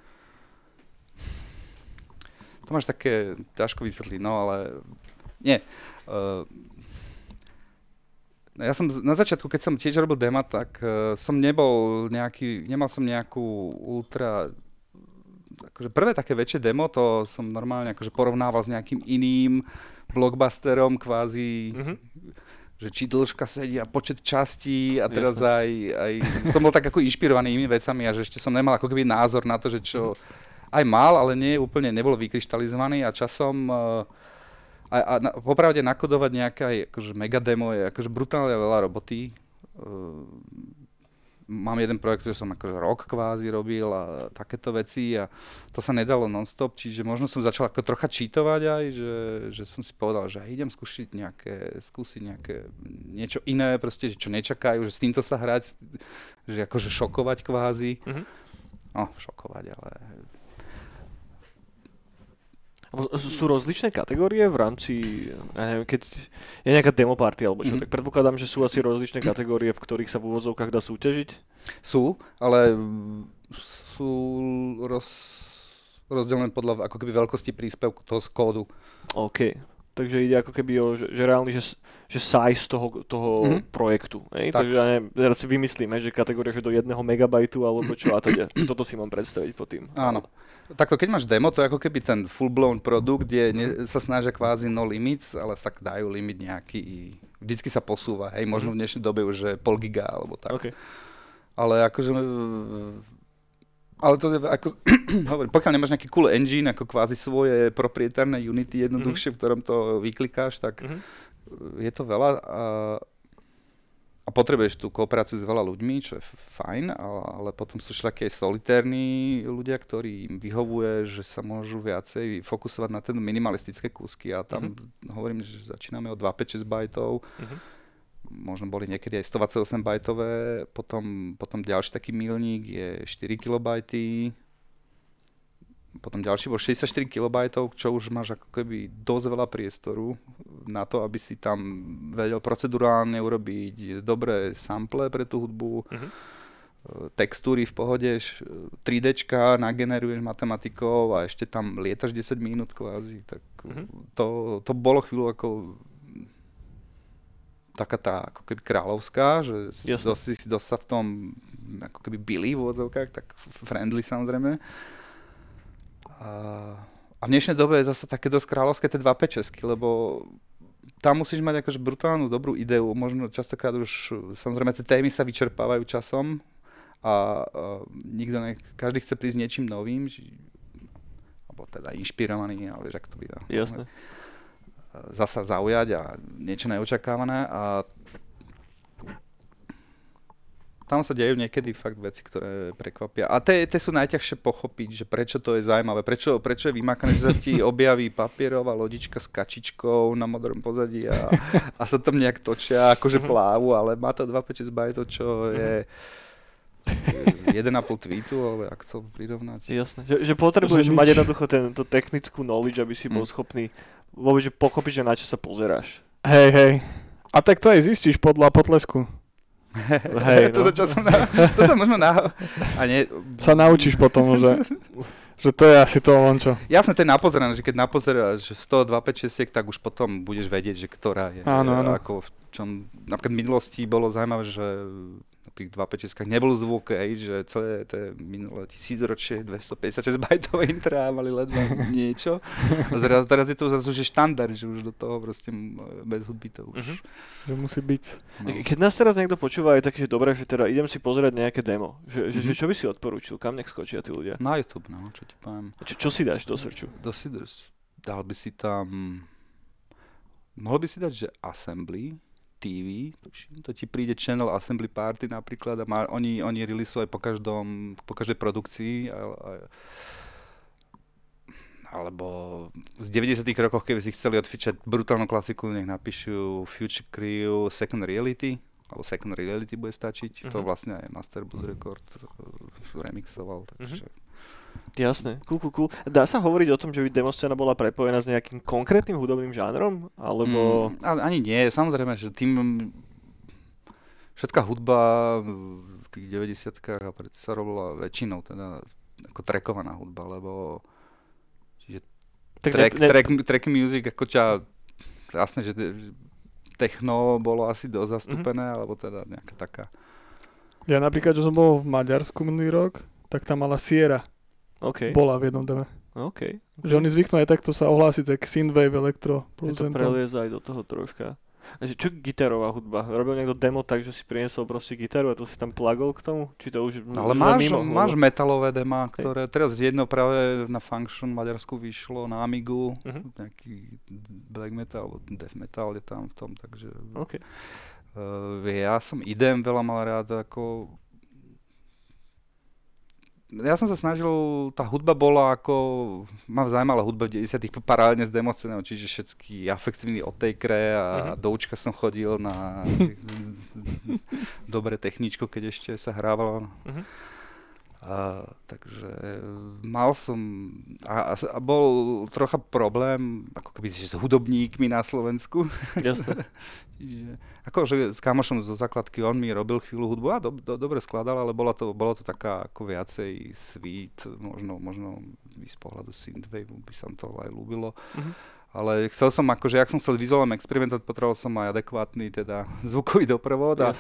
To máš také ťažko vysvetliť, no ale... Nie. Uh, Ja som z- na začiatku, keď som tiež robil dema, tak uh, som nebol nejaký, nemal som nejakú ultra, akože prvé také väčšie demo, to som normálne akože porovnával s nejakým iným blockbusterom kvázi, Mhm. že či dĺžka sedí a počet častí a teraz aj, aj som bol tak ako inšpirovaný inými vecami a že ešte som nemal ako keby názor na to, že čo aj mal, ale nie úplne nebol vykryštalizovaný a časom uh, a, a na, popravde nakodovať nejaké akože megademo je akože brutálne veľa roboty. Uh, mám jeden projekt, ktorý som akože rok kvázi robil a takéto veci a to sa nedalo non-stop, čiže možno som začal ako trocha čítovať aj, že, že som si povedal, že idem skúsiť nejaké, skúsiť nejaké niečo iné, proste, že čo nečakajú, že s týmto sa hrať, že akože šokovať kvázi. Mhm. No, šokovať, ale... Sú rozličné kategórie v rámci, ja neviem, keď je nejaká demo party alebo čo, Mhm. tak predpokladám, že sú asi rozličné kategórie, v ktorých sa v úvodzovkách dá súťažiť. Sú, ale mm, sú roz, rozdelené podľa ako keby veľkosti príspevku toho z kódu. OK. Takže ide ako keby o, že, že reálny, že, že size toho, toho Mhm. projektu. Hej? Tak. Takže ja neviem, teraz si vymyslíme, že kategória, že do jedného megabajtu alebo čo a teda. Toto si mám predstaviť pod tým. Áno. Takto, keď máš demo, to je ako keby ten full-blown produkt, kde ne, sa snažia kvázi no limits, ale tak dajú limit nejaký, vždycky sa posúva, hej, možno v dnešnej dobe už je pol giga alebo tak. OK. Ale akože, ale to je ako, hovorím, pokiaľ nemáš nejaký cool engine, ako kvázi svoje proprietárne Unity jednoduchšie, v ktorom to vyklikáš, tak Mhm. je to veľa a, a potrebuješ tú kooperáciu s veľa ľuďmi, čo je f- fajn, ale, ale potom sú všelijakí aj solitérni ľudia, ktorí im vyhovuje, že sa môžu viacej fokusovať na ten minimalistické kúsky a tam hovorím, že začíname od dva päť šesť bajtov, Mhm. možno boli niekedy aj sto dvadsaťosem bajtové, potom, potom ďalší taký milník je štyri kilobajty, potom ďalší bol šesťdesiatštyri kilobajtov, čo už máš ako keby dosť veľa priestoru na to, aby si tam vedel procedurálne urobiť dobré sample pre tú hudbu, Mhm. textúry v pohode, š- tri déčka nageneruješ matematikou a ešte tam lietaš desať minút kvázi, tak Mhm. to, to bolo chvíľu ako taká tá ako keby kráľovská, že si Jasné. dosť, si dosť sa v tom ako keby byli v úvodzovkách, tak f- friendly samozrejme. A, a v dnešnej dobe je zase také dosť kráľovské tie dva päť šesť, lebo tam musíš mať akože brutálnu dobrú ideu, možno častokrát už samozrejme tie témy sa vyčerpávajú časom a, a nikto ne, každý chce prísť niečím novým, ži, alebo teda inšpirovaný, ale vieš, ak to býva. Jasné. Zasa zaujať a niečo neočakávané a tam sa dejú niekedy fakt veci, ktoré prekvapia. A tie sú najťažšie pochopiť, že prečo to je zaujímavé, prečo, prečo je vymakané, že sa ti objaví papierová lodička s kačičkou na modrom pozadí a, a sa tam nejak točia, akože plávu, ale má to dva päť šesť bajtov, čo je jeden a pol tweetu, ale ak to prirovnať. Jasné. Že, že potrebuješ Že nič. mať jednoducho tento technickú knowledge, aby si bol Mm. schopný vôbec že pochopiť, že na čo sa pozeráš. Hej, hej. A tak to aj zistíš podľa potlesku. Hej, to, no. sa časom na, to sa možno na... A nie, Sa naučíš potom, že, že to je asi to len čo. jasné, to je napozerané, že keď napozeráš sto dva päť šesť, tak už potom budeš vedieť, že ktorá je. Áno, áno. Ako v čom, napríklad v minulosti bolo zaujímavé, že na tých dva päť šesť nebol zvuk, ej, že celé tie minulé tisícročie dvestopäťdesiatšesť bajtové intra mali ledva niečo. A teraz, teraz je to zase že štandard, že už do toho proste m- bez hudby to už... Mhm. Že musí byť. No. Keď nás teraz niekto počúva, je také, že dobre, že teda idem si pozerať nejaké demo. Že, že, že Mhm. čo by si odporúčil? Kam nech skočia tí ľudia? Na YouTube, no, čo ti poviem. A Čo, čo si dáš do searchu? Do si, dal by si tam... Mohol by si dať, že Assembly té vé, tuším, to ti príde Channel Assembly Party napríklad a má, oni, oni releasujú aj po každom, po každej produkcii a, a, alebo z deväťdesiatych rokoch, keby si chceli odfičať brutálnu klasiku, nech napíšu Future Crew Second Reality, alebo Second Reality bude stačiť, to Mhm. vlastne aj Master Blues Record uh, remixoval, takže... Jasné, cool, cool, cool. Dá sa hovoriť o tom, že by demoscéna bola prepojená s nejakým konkrétnym hudobným žánrom? Alebo... Mm, a- ani nie, samozrejme, že tým všetká hudba v tých deväťdesiatkach a preto sa robila väčšinou teda ako trackovaná hudba, lebo čiže Tak track, ne, ne, track, track music ako ťa, jasné, že techno bolo asi dosť zastúpené, mm-hmm. alebo teda nejaká taká. Ja napríklad, že som bol v Maďarsku minulý rok, tak tam mala Sierra. Okay. Bola v jednom deme. Okay. Že oni zvyknú aj takto sa ohlásiť, tak synthwave, elektro. Je to prelieza aj do toho troška. A čo gitarová hudba? Robil niekto demo tak, že si priniesol proste gitaru a to si tam plagol k tomu? Či to už... Ale už máš, mimo, máš metalové demá, ktoré... Teraz jedno práve na Function v Maďarsku vyšlo, na Amigu. Uh-huh. Nejaký black metal, alebo death metal je tam v tom, takže... Okay. Uh, ja som idem veľa mal rád, ako... Ja som sa snažil, tá hudba bola ako, ma zaujímala hudba v deväťdesiatych paralelne s demoscénou, čiže všetky Affect Twin od Takere a uh-huh. do Učka som chodil na dobré techničko, keď ešte sa hrávalo. Uh-huh. A, takže mal som, a, a bol trocha problém, ako keby s hudobníkmi na Slovensku. Jasne. Čiže, akože s kamošom zo základky, on mi robil chvíľu hudbu a do, do, dobre skladal, ale bola to, bola to taká ako viacej sweet, možno, možno z pohľadu synthwave by sa to aj ľúbilo. Uh-huh. Ale chcel som akože, ak som chcel vizuálne experimentovať, potreboval som aj adekvátny teda zvukový doprovod. A,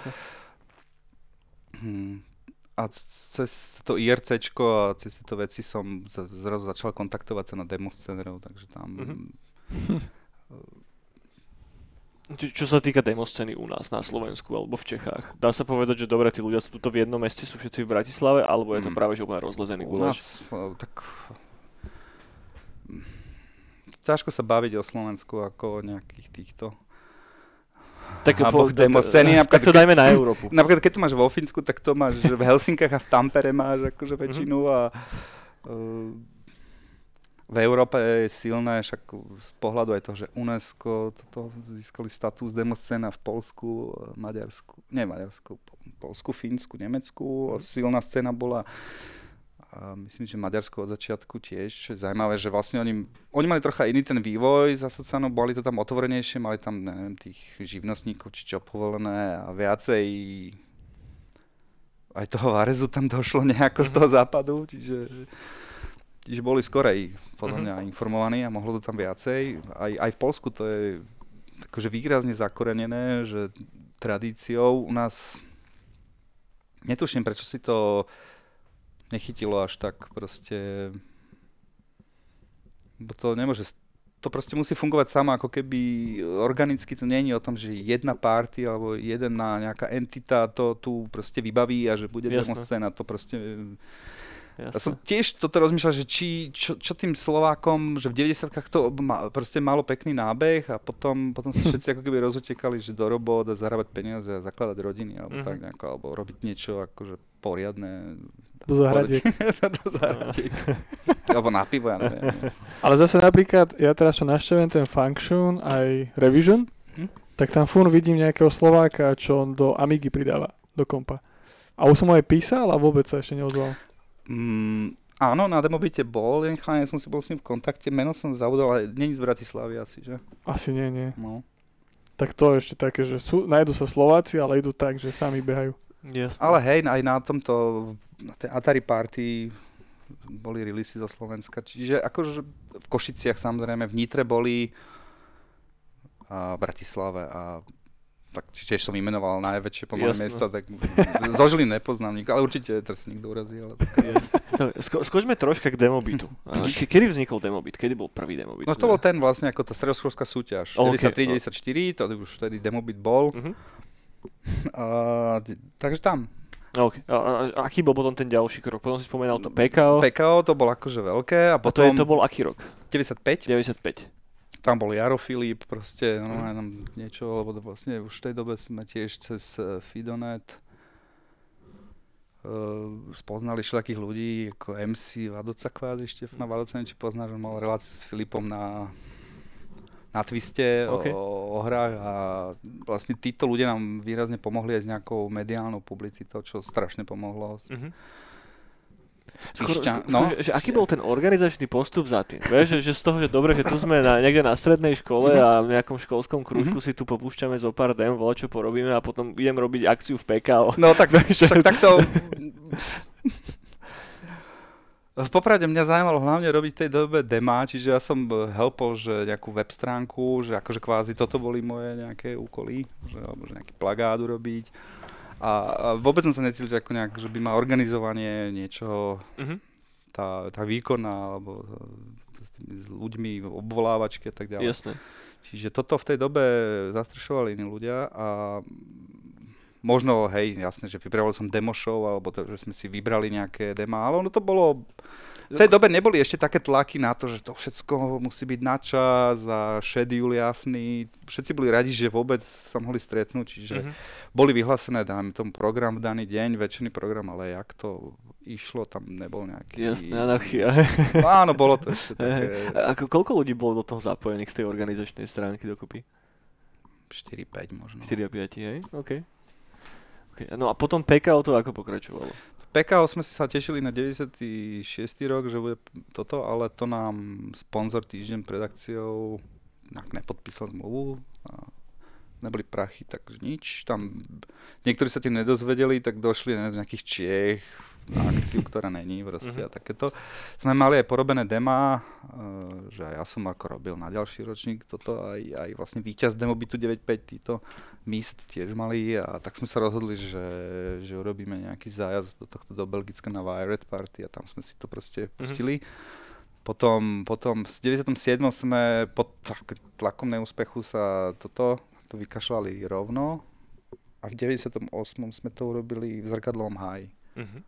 hm, a cez to IRCčko a cez tieto veci som z, zrazu začal kontaktovať sa na demoscénerov, takže tam... Uh-huh. Čo, čo sa týka demoscény u nás na Slovensku alebo v Čechách, dá sa povedať, že dobre, tí ľudia sú tuto v jednom meste, sú všetci v Bratislave, alebo je to práve že úplne rozlezený guláš? U nás, tak... Ťažko sa baviť o Slovensku ako o nejakých týchto... Tak, po, demoscény, tak to dajme na Európu. Napríklad, keď to máš vo Fínsku, tak to máš v Helsinkách a v Tampere máš akože väčšinu a... Uh, v Európe je silné, však z pohľadu aj toho, že UNESCO toto získali status demoscéna v Poľsku, Maďarsku, nie Maďarsku, Poľsku, Fínsku, Nemecku. Silná scéna bola, a myslím, že Maďarsko od začiatku tiež. Zaujímavé, že vlastne oni, oni mali trocha iný ten vývoj za sociálno, boli to tam otvorenejšie, mali tam, neviem, tých živnostníkov, či čo povolené a viacej aj toho Varezu tam došlo nejako z toho západu, čiže... Čiže boli skorej podľa mňa uh-huh. informovaní a mohlo to tam viacej. Aj, aj v Poľsku to je akože výrazne zakorenené, že tradíciou u nás, netuším, prečo si to nechytilo až tak proste, bo to nemôže, to proste musí fungovať samo, ako keby organicky to nie je o tom, že jedna party alebo jedna nejaká entita to tu proste vybaví a že bude demoscéna, to proste... Jasne. Ja som tiež toto rozmýšľal, že či, čo, čo tým Slovákom, že v deväťdesiatkach to ma, proste malo pekný nábeh a potom, potom sa všetci ako keby rozutekali, že do robot a zarábať peniaze a zakladať rodiny alebo mm-hmm. tak nejako, alebo robiť niečo akože poriadne. Do zahradiek. do zahradiek. Alebo na pivo, ja neviem. Ale zase napríklad, ja teraz čo naštevujem ten Function aj Revision, hm? tak tam furt vidím nejakého Slováka, čo on do Amigy pridáva, do kompa. A už som ho aj písal a vôbec sa ešte neozval. Mm, áno, na Demobite bol, jeden chalán, som si bol s ním v kontakte, meno som zaudol, ale není z Bratislavy asi, že? Asi nie, nie. No. Tak to je ešte také, že sú, nájdu sa Slováci, ale idú tak, že sami behajú. Jasne. Ale hej, aj na tomto, na tej Atari Party boli releasy zo Slovenska, čiže akože v Košiciach samozrejme, v Nitre boli a v Bratislave a tak tiež som imenoval najväčšie pomalé miesto, tak zo Žiliny nepoznám nik, ale určite teraz nikto urazí. Ale tak... no, sko- skočme troška k Demobitu. Ke- kedy vznikol Demobit? Kedy bol prvý Demobit? No to bol ten vlastne ako tá stredoškolská súťaž. Okay. deväťdesiattri deväťdesiatštyri, to už vtedy Demobit bol. Uh-huh. A, takže tam. Okay. A, a, aký bol potom ten ďalší krok? Potom si spomenal to pé ká ó. pé ká ó to bol akože veľké. A potom... A to, je, to bol aký rok? deväťdesiatpäť. deväťdesiatpäť. Tam bol Jaro Filip, proste no, aj tam niečo, lebo to vlastne už v tej dobe sme tiež cez uh, Fidonet uh, spoznali všelakých ľudí, ako em cé Vadoca kvázi, Štefana Vadoca, či poznáš, on mal reláciu s Filipom na, na Twiste okay. o, o hrách a vlastne títo ľudia nám výrazne pomohli aj s nejakou mediálnou publicitou, čo strašne pomohlo. Uh-huh. Skoro, skoro, no. že, že aký bol ten organizačný postup za tým? Vieš, že, že z toho, že dobre, že tu sme na, niekde na strednej škole a v nejakom školskom krúžku mm-hmm. si tu popúšťame zo pár dém, voľa čo porobíme a potom idem robiť akciu v pé ká ó. No tak, tak, tak to... V poprade mňa zaujímalo hlavne robiť v tej dobe dema, čiže ja som helpol, že nejakú web stránku, že akože kvázi toto boli moje nejaké úkoly, že, alebo že nejaký plagát urobiť. A, a vôbec som sa necítil ako nejak, že by ma organizovanie niečoho, Mhm. tá, tá výkona, alebo s tými s ľuďmi, obvolávačky a tak ďalej. Jasné. Čiže toto v tej dobe zastrešovali iní ľudia a možno, hej, jasné, že pripravil som demo show, alebo to, že sme si vybrali nejaké dema, ale ono to bolo... V tej dobe neboli ešte také tlaky na to, že to všetko musí byť na čas a schedule jasný. Všetci boli radi, že vôbec sa mohli stretnúť, čiže Mhm. boli vyhlásené, dáme tomu program v daný deň, väčšiný program, ale jak to išlo, tam nebol nejaký... Jasné, anarchia. No, áno, bolo to ešte také... A ako, koľko ľudí bolo do toho zapojených z tej organizačnej stránky dokopy? štyri päť možno. štyri a päť, hej? OK. Okay. No a potom pé ká ó to ako pokračovalo? pé ká ó sme sa tešili na deväťdesiaty šiesty rok, že bude toto, ale to nám sponzor týždeň pred akciou nepodpísal zmluvu a neboli prachy, takže nič. Tam niektorí sa tým nedozvedeli, tak došli z nejakých Čiech na akciu, ktorá není proste a takéto. Sme mali aj porobené demá, že aj ja som ako robil na ďalší ročník toto, aj, aj vlastne víťaz Demobitu deväť päť, títo Mist tiež mali a tak sme sa rozhodli, že, že urobíme nejaký zájazd do tohto do Belgicka na Wired Party a tam sme si to proste pustili. Mm-hmm. Potom, potom v deväťdesiatom siedmom sme pod tlakom neúspechu sa toto to vykašľali rovno a v deväťdesiatom ôsmom sme to urobili v Zrkadlovom háji. Mm-hmm.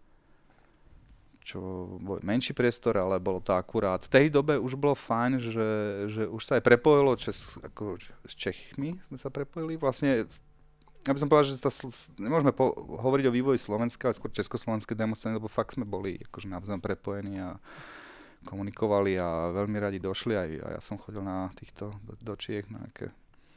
Čo bol menší priestor, ale bolo to akurát. V tej dobe už bolo fajn, že, že už sa aj prepojilo Čes, ako s Čechmi sme sa prepojili. Vlastne, ja by som povedal, že sa, nemôžeme po, hovoriť o vývoji Slovenska, ale skôr československé demoscény, lebo fakt sme boli akože navzájom prepojení a komunikovali a veľmi radi došli. Aj, a ja som chodil na týchto do, do Čiech, na nejaké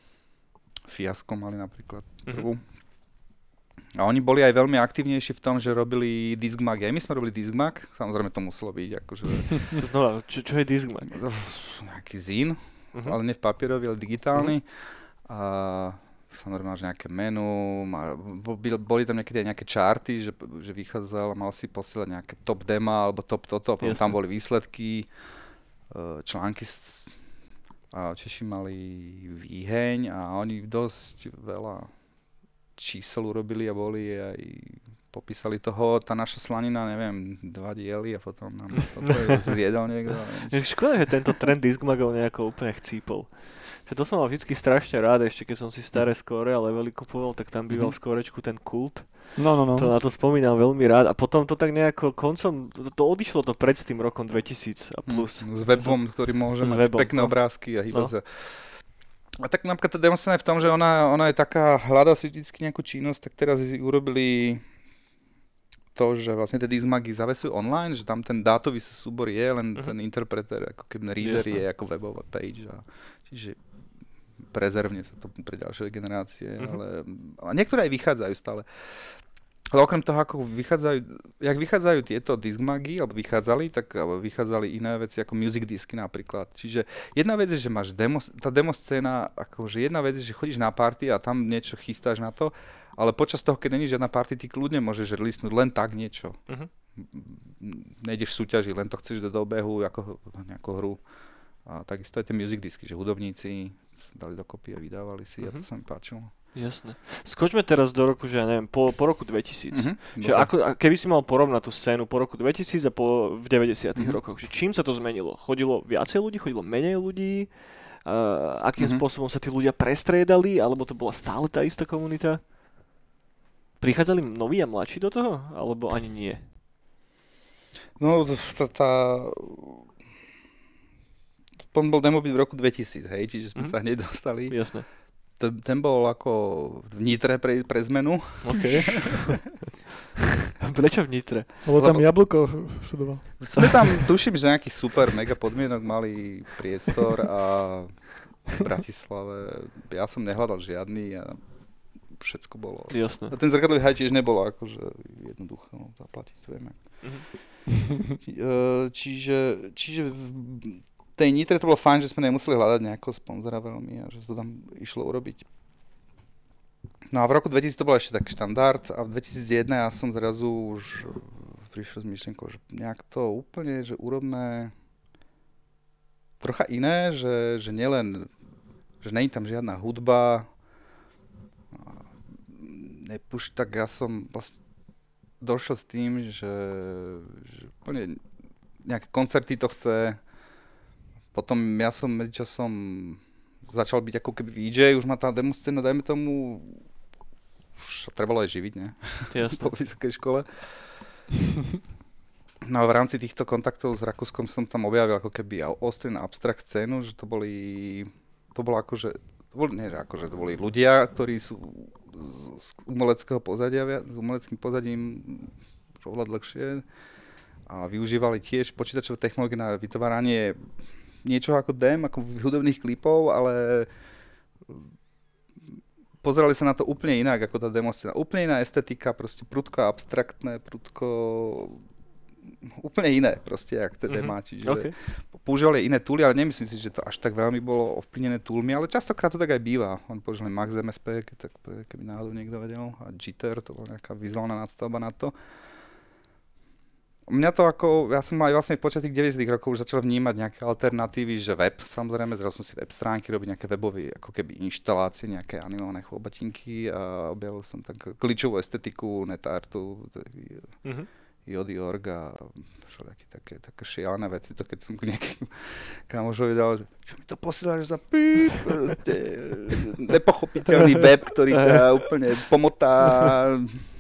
fiasko mali napríklad prvú. Mm-hmm. A oni boli aj veľmi aktívnejší v tom, že robili Discmag. Aj my sme robili Discmag, samozrejme to muselo byť akože... Znova, čo, čo je Discmag? Nejaký zín, uh-huh. ale nie v papierový, ale digitálny. Uh-huh. A samozrejme máš nejaké menu, má, boli tam niekedy aj nejaké charty, že, že vychádzal a mal si posielať nejaké top dema alebo top toto, a potom tam boli výsledky, články. A Češi mali výheň a oni dosť veľa čísel urobili a boli aj popísali toho, tá naša slanina, neviem, dva diely a potom nám to zjedol niekto. Škoda, že tento trend Discmagov nejako úplne chcípol. Že to som mal vždycky strašne rád, ešte keď som si staré skóre a levely kupoval, tak tam býval v skórečku ten kult. No, no, no. To na to spomínam veľmi rád a potom to tak nejako koncom, to, to odišlo to pred tým rokom dvetisíc a plus. S webom, ktorý môže mať webom, pekné no. obrázky a hýbať sa. No. A tak napríklad tá demoscéna je v tom, že ona, ona je taká, hľadá si vždycky nejakú činnosť, tak teraz urobili to, že vlastne tie Discmagy zavesujú online, že tam ten dátový súbor je, len uh-huh. ten interpreter, ako keby reader Jasne. je ako webová page. A, čiže prezervne sa to pre ďalšie generácie, uh-huh. ale a niektoré aj vychádzajú stále. Ale okrem toho, ako vychádzajú, jak vychádzajú tieto Discmagy, alebo vychádzali, tak alebo vychádzali iné veci, ako music disky napríklad. Čiže jedna vec je, že máš demo, tá demoscéna, akože jedna vec je, že chodíš na party a tam niečo chystáš na to, ale počas toho, keď není žiadna party, ty kľudne môžeš releasnúť len tak niečo. Uh-huh. Nejdeš súťaži, len to chceš do obehu, ako nejakú hru. A takisto aj tie music disky, že hudobníci dali dokopy a vydávali si uh-huh. a to sa mi páčilo. Jasné. Skočme teraz do roku, že ja neviem, po, po roku dvetisíc. Mm-hmm. Že ako, keby si mal porovnať tú scénu po roku dvetisíc a po, v deväťdesiatych mm-hmm. rokoch, že čím sa to zmenilo? Chodilo viacej ľudí, chodilo menej ľudí? Uh, akým mm-hmm. spôsobom sa tí ľudia prestriedali? Alebo to bola stále tá istá komunita? Prichádzali noví a mladší do toho? Alebo ani nie? No, tá... tá... bol Demobit v roku dvetisíc, hej, čiže sme mm-hmm. sa hneď dostali. Jasné. Ten bol ako v Nitre pre, pre zmenu. OK. Prečo v Nitre? Lebo tam Jablko študoval. Sme tam, tuším, že nejaký super mega podmienok mali priestor a v Bratislave ja som nehľadal žiadny a všetko bolo. Jasné. A ten zrkadlový haj tiež nebolo akože jednoduché no, zaplatiť, to vieme. Mm-hmm. Čiže, čiže tej Nitre to bolo fajn, že sme nemuseli hľadať nejakého sponzora veľmi a že to tam išlo urobiť. No a v roku dvetisíc to bol ešte tak štandard a v dvetisícjeden ja som zrazu už prišiel s myšlienkou, že nejak to úplne, že urobme trocha iné, že, že nielen, že nie je tam žiadna hudba, nepuš, tak ja som vlastne došiel s tým, že, že úplne nejaké koncerty to chce. Potom ja som medzičasom začal byť ako keby vé jé, už ma tá demo scéna, dajme tomu, už sa trebalo aj živiť, ne? Jasne. Po vysokej škole. No ale v rámci týchto kontaktov s Rakúskom som tam objavil ako keby Austrian Abstract scénu, že to boli, to bolo akože, to boli, nie že akože, to boli ľudia, ktorí sú z, z umeleckého pozadia, s umeleckým pozadím už oveľa dlhšie a využívali tiež počítačové technológie na vytváranie niečoho ako dém, ako hudobných klipov, ale pozerali sa na to úplne inak ako tá demoscéna. Úplne iná estetika, proste prudko abstraktné, prudko úplne iné proste, jak tie Mm-hmm. demá. Čiže Okay. používali iné túly, ale nemyslím si, že to až tak veľmi bolo ovplyvnené túlmi, ale častokrát to tak aj býva. Oni používali Max em es pé, keď tak, keby náhodou niekto vedel, a Jitter, to bola nejaká vizuálna nadstavba na to. Mňa to ako, ja som aj vlastne v počas tých deväťdesiatych rokov už začal vnímať nejaké alternatívy, že web, samozrejme, zrazu som si web stránky, robiť nejaké webové ako keby inštalácie, nejaké animované chôbatinky a objavil som tak glitchovú estetiku, netartu, Mm-hmm. Jody Org a všelijaké také, také šialené veci, to keď som k nejakým kamošovi dal, že čo mi to posielaš za píp, proste nepochopiteľný web, ktorý ťa úplne pomotá.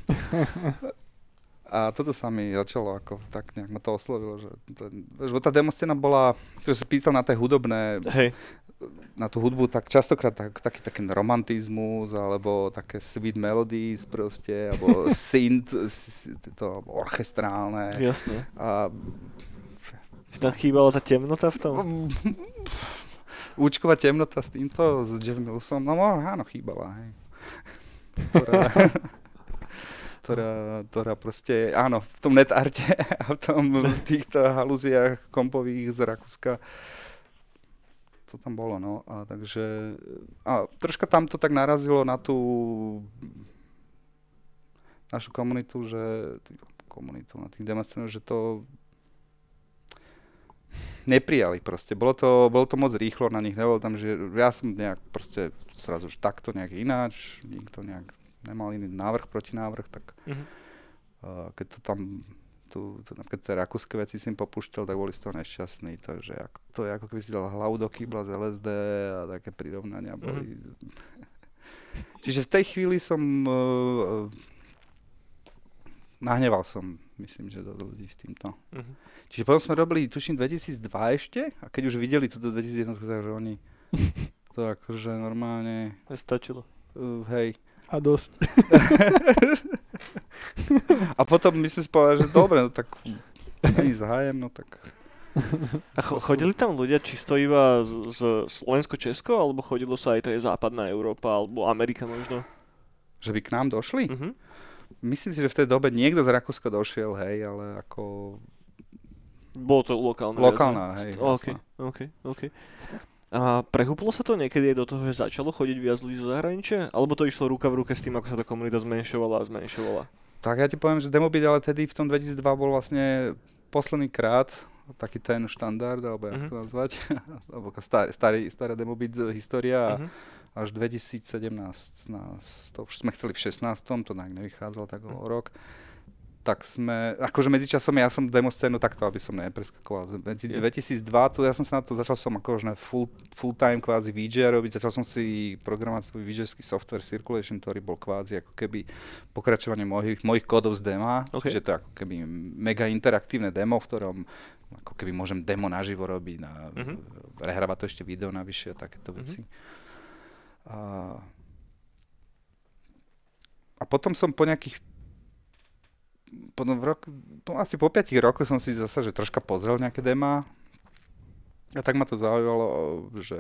A toto sa mi začalo, ako tak nejak ma to oslovilo, že, to, že tá demoscéna bola, ktorú sa písal na tie hudobné, Hej. na tú hudbu, tak častokrát tak, taký, taký romantizmus, alebo také sweet melodies proste, alebo synth, to orchestrálne. Jasne. A Tam chýbala tá temnota v tom? účková temnota s týmto, s Jeff Millsom, no áno, chýbala, hej. Ktorá, ktorá, ktorá proste, áno, v tom netarte a v tom v týchto halúziách kompových z Rakúska to tam bolo, no. A takže, a troška tam to tak narazilo na tú našu komunitu, že, komunitu, na tých demoscénoch, že to neprijali proste. Bolo to, bolo to moc rýchlo na nich, nebolo tam, že ja som nejak proste zrazu už takto nejak ináč, nikto nejak nemal iný návrh, protinávrh, tak Mhm. uh, keď to tam tu, tu napríklad tie rakúske veci si im popúšťal, tak boli z toho nešťastní, takže ak, to je ako keby si dal hlavu do kýbla z el es dé a také prirovnania boli. Mm-hmm. Čiže v tej chvíli som uh, nahneval som, myslím, že do ľudí s týmto. Mhm. Čiže potom sme robili, tuším, dvetisícdva ešte a keď už videli to do dvetisícjeden, takže oni to akože normálne, Stačilo. uh, hej. A dosť. A potom my sme si povedali, že dobre, no tak ani zájem, no tak... A cho- chodili tam ľudia čisto iba z, z Slovensko-Česko, alebo chodilo sa aj to je západná Európa, alebo Amerika možno? Že by k nám došli? Mhm. Myslím si, že v tej dobe niekto z Rakúska došiel, hej, ale ako... Bolo to lokálne. Lokálna, viac, hej, ne? OK, jasná. OK, OK. A prehúplo sa to niekedy aj do toho, že začalo chodiť viac ľudí zo zahraničia? Alebo to išlo ruka v ruke s tým, ako sa tá komunita zmenšovala a zmenšovala? Tak ja ti poviem, že Demobeat ale tedy v tom dvetisícdva bol vlastne posledný krát taký ten štandard, alebo jak Mhm. to nazvať, alebo starý, starý, stará Demobeat história. Mhm. Až dvetisícsedemnásť, nás, to už sme chceli v šestnástom, to nejak nevychádzalo tak o rok. Tak sme, akože medzičasom ja som demoscénu takto, aby som nepreskakoval. Medzi Je. dvetisícdva, tu ja som sa na to, začal som akože full, full time kvázi vé jé robiť, začal som si programovať svoj VJský software Circulation, ktorý bol kvázi ako keby pokračovanie mojich, mojich kódov z dema, Okay. čiže to je ako keby mega interaktívne demo, v ktorom ako keby môžem demo naživo robiť, na, Mhm. prehrávať to ešte video navyše a takéto Mhm. veci. A, a potom som po nejakých potom v roku, no asi po piatich rokoch som si zase, že troška pozrel nejaké demá a tak ma to zaujalo, že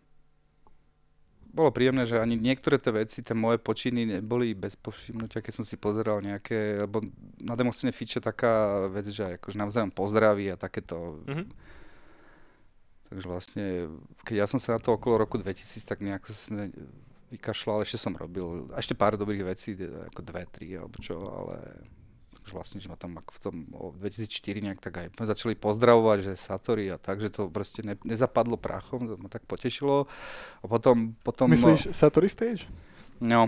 bolo príjemné, že ani niektoré tie veci, tie moje počiny neboli bez povšimnutia, keď som si pozeral nejaké, lebo na demoscéne fiče taká vec, že akože navzájom pozdraví a takéto. Mhm. Takže vlastne, keď ja som sa na to okolo roku dvetisíc, tak nejak sme vykašľal, ešte som robil, a ešte pár dobrých vecí, ako dve, tri alebo čo, ale že vlastne, že ma tam ako v tom o dvetisícštyri nejak tak aj začali pozdravovať, že Satori a tak, že to proste ne, nezapadlo prachom, to ma tak potešilo. A potom... potom Myslíš Satori Stage? No.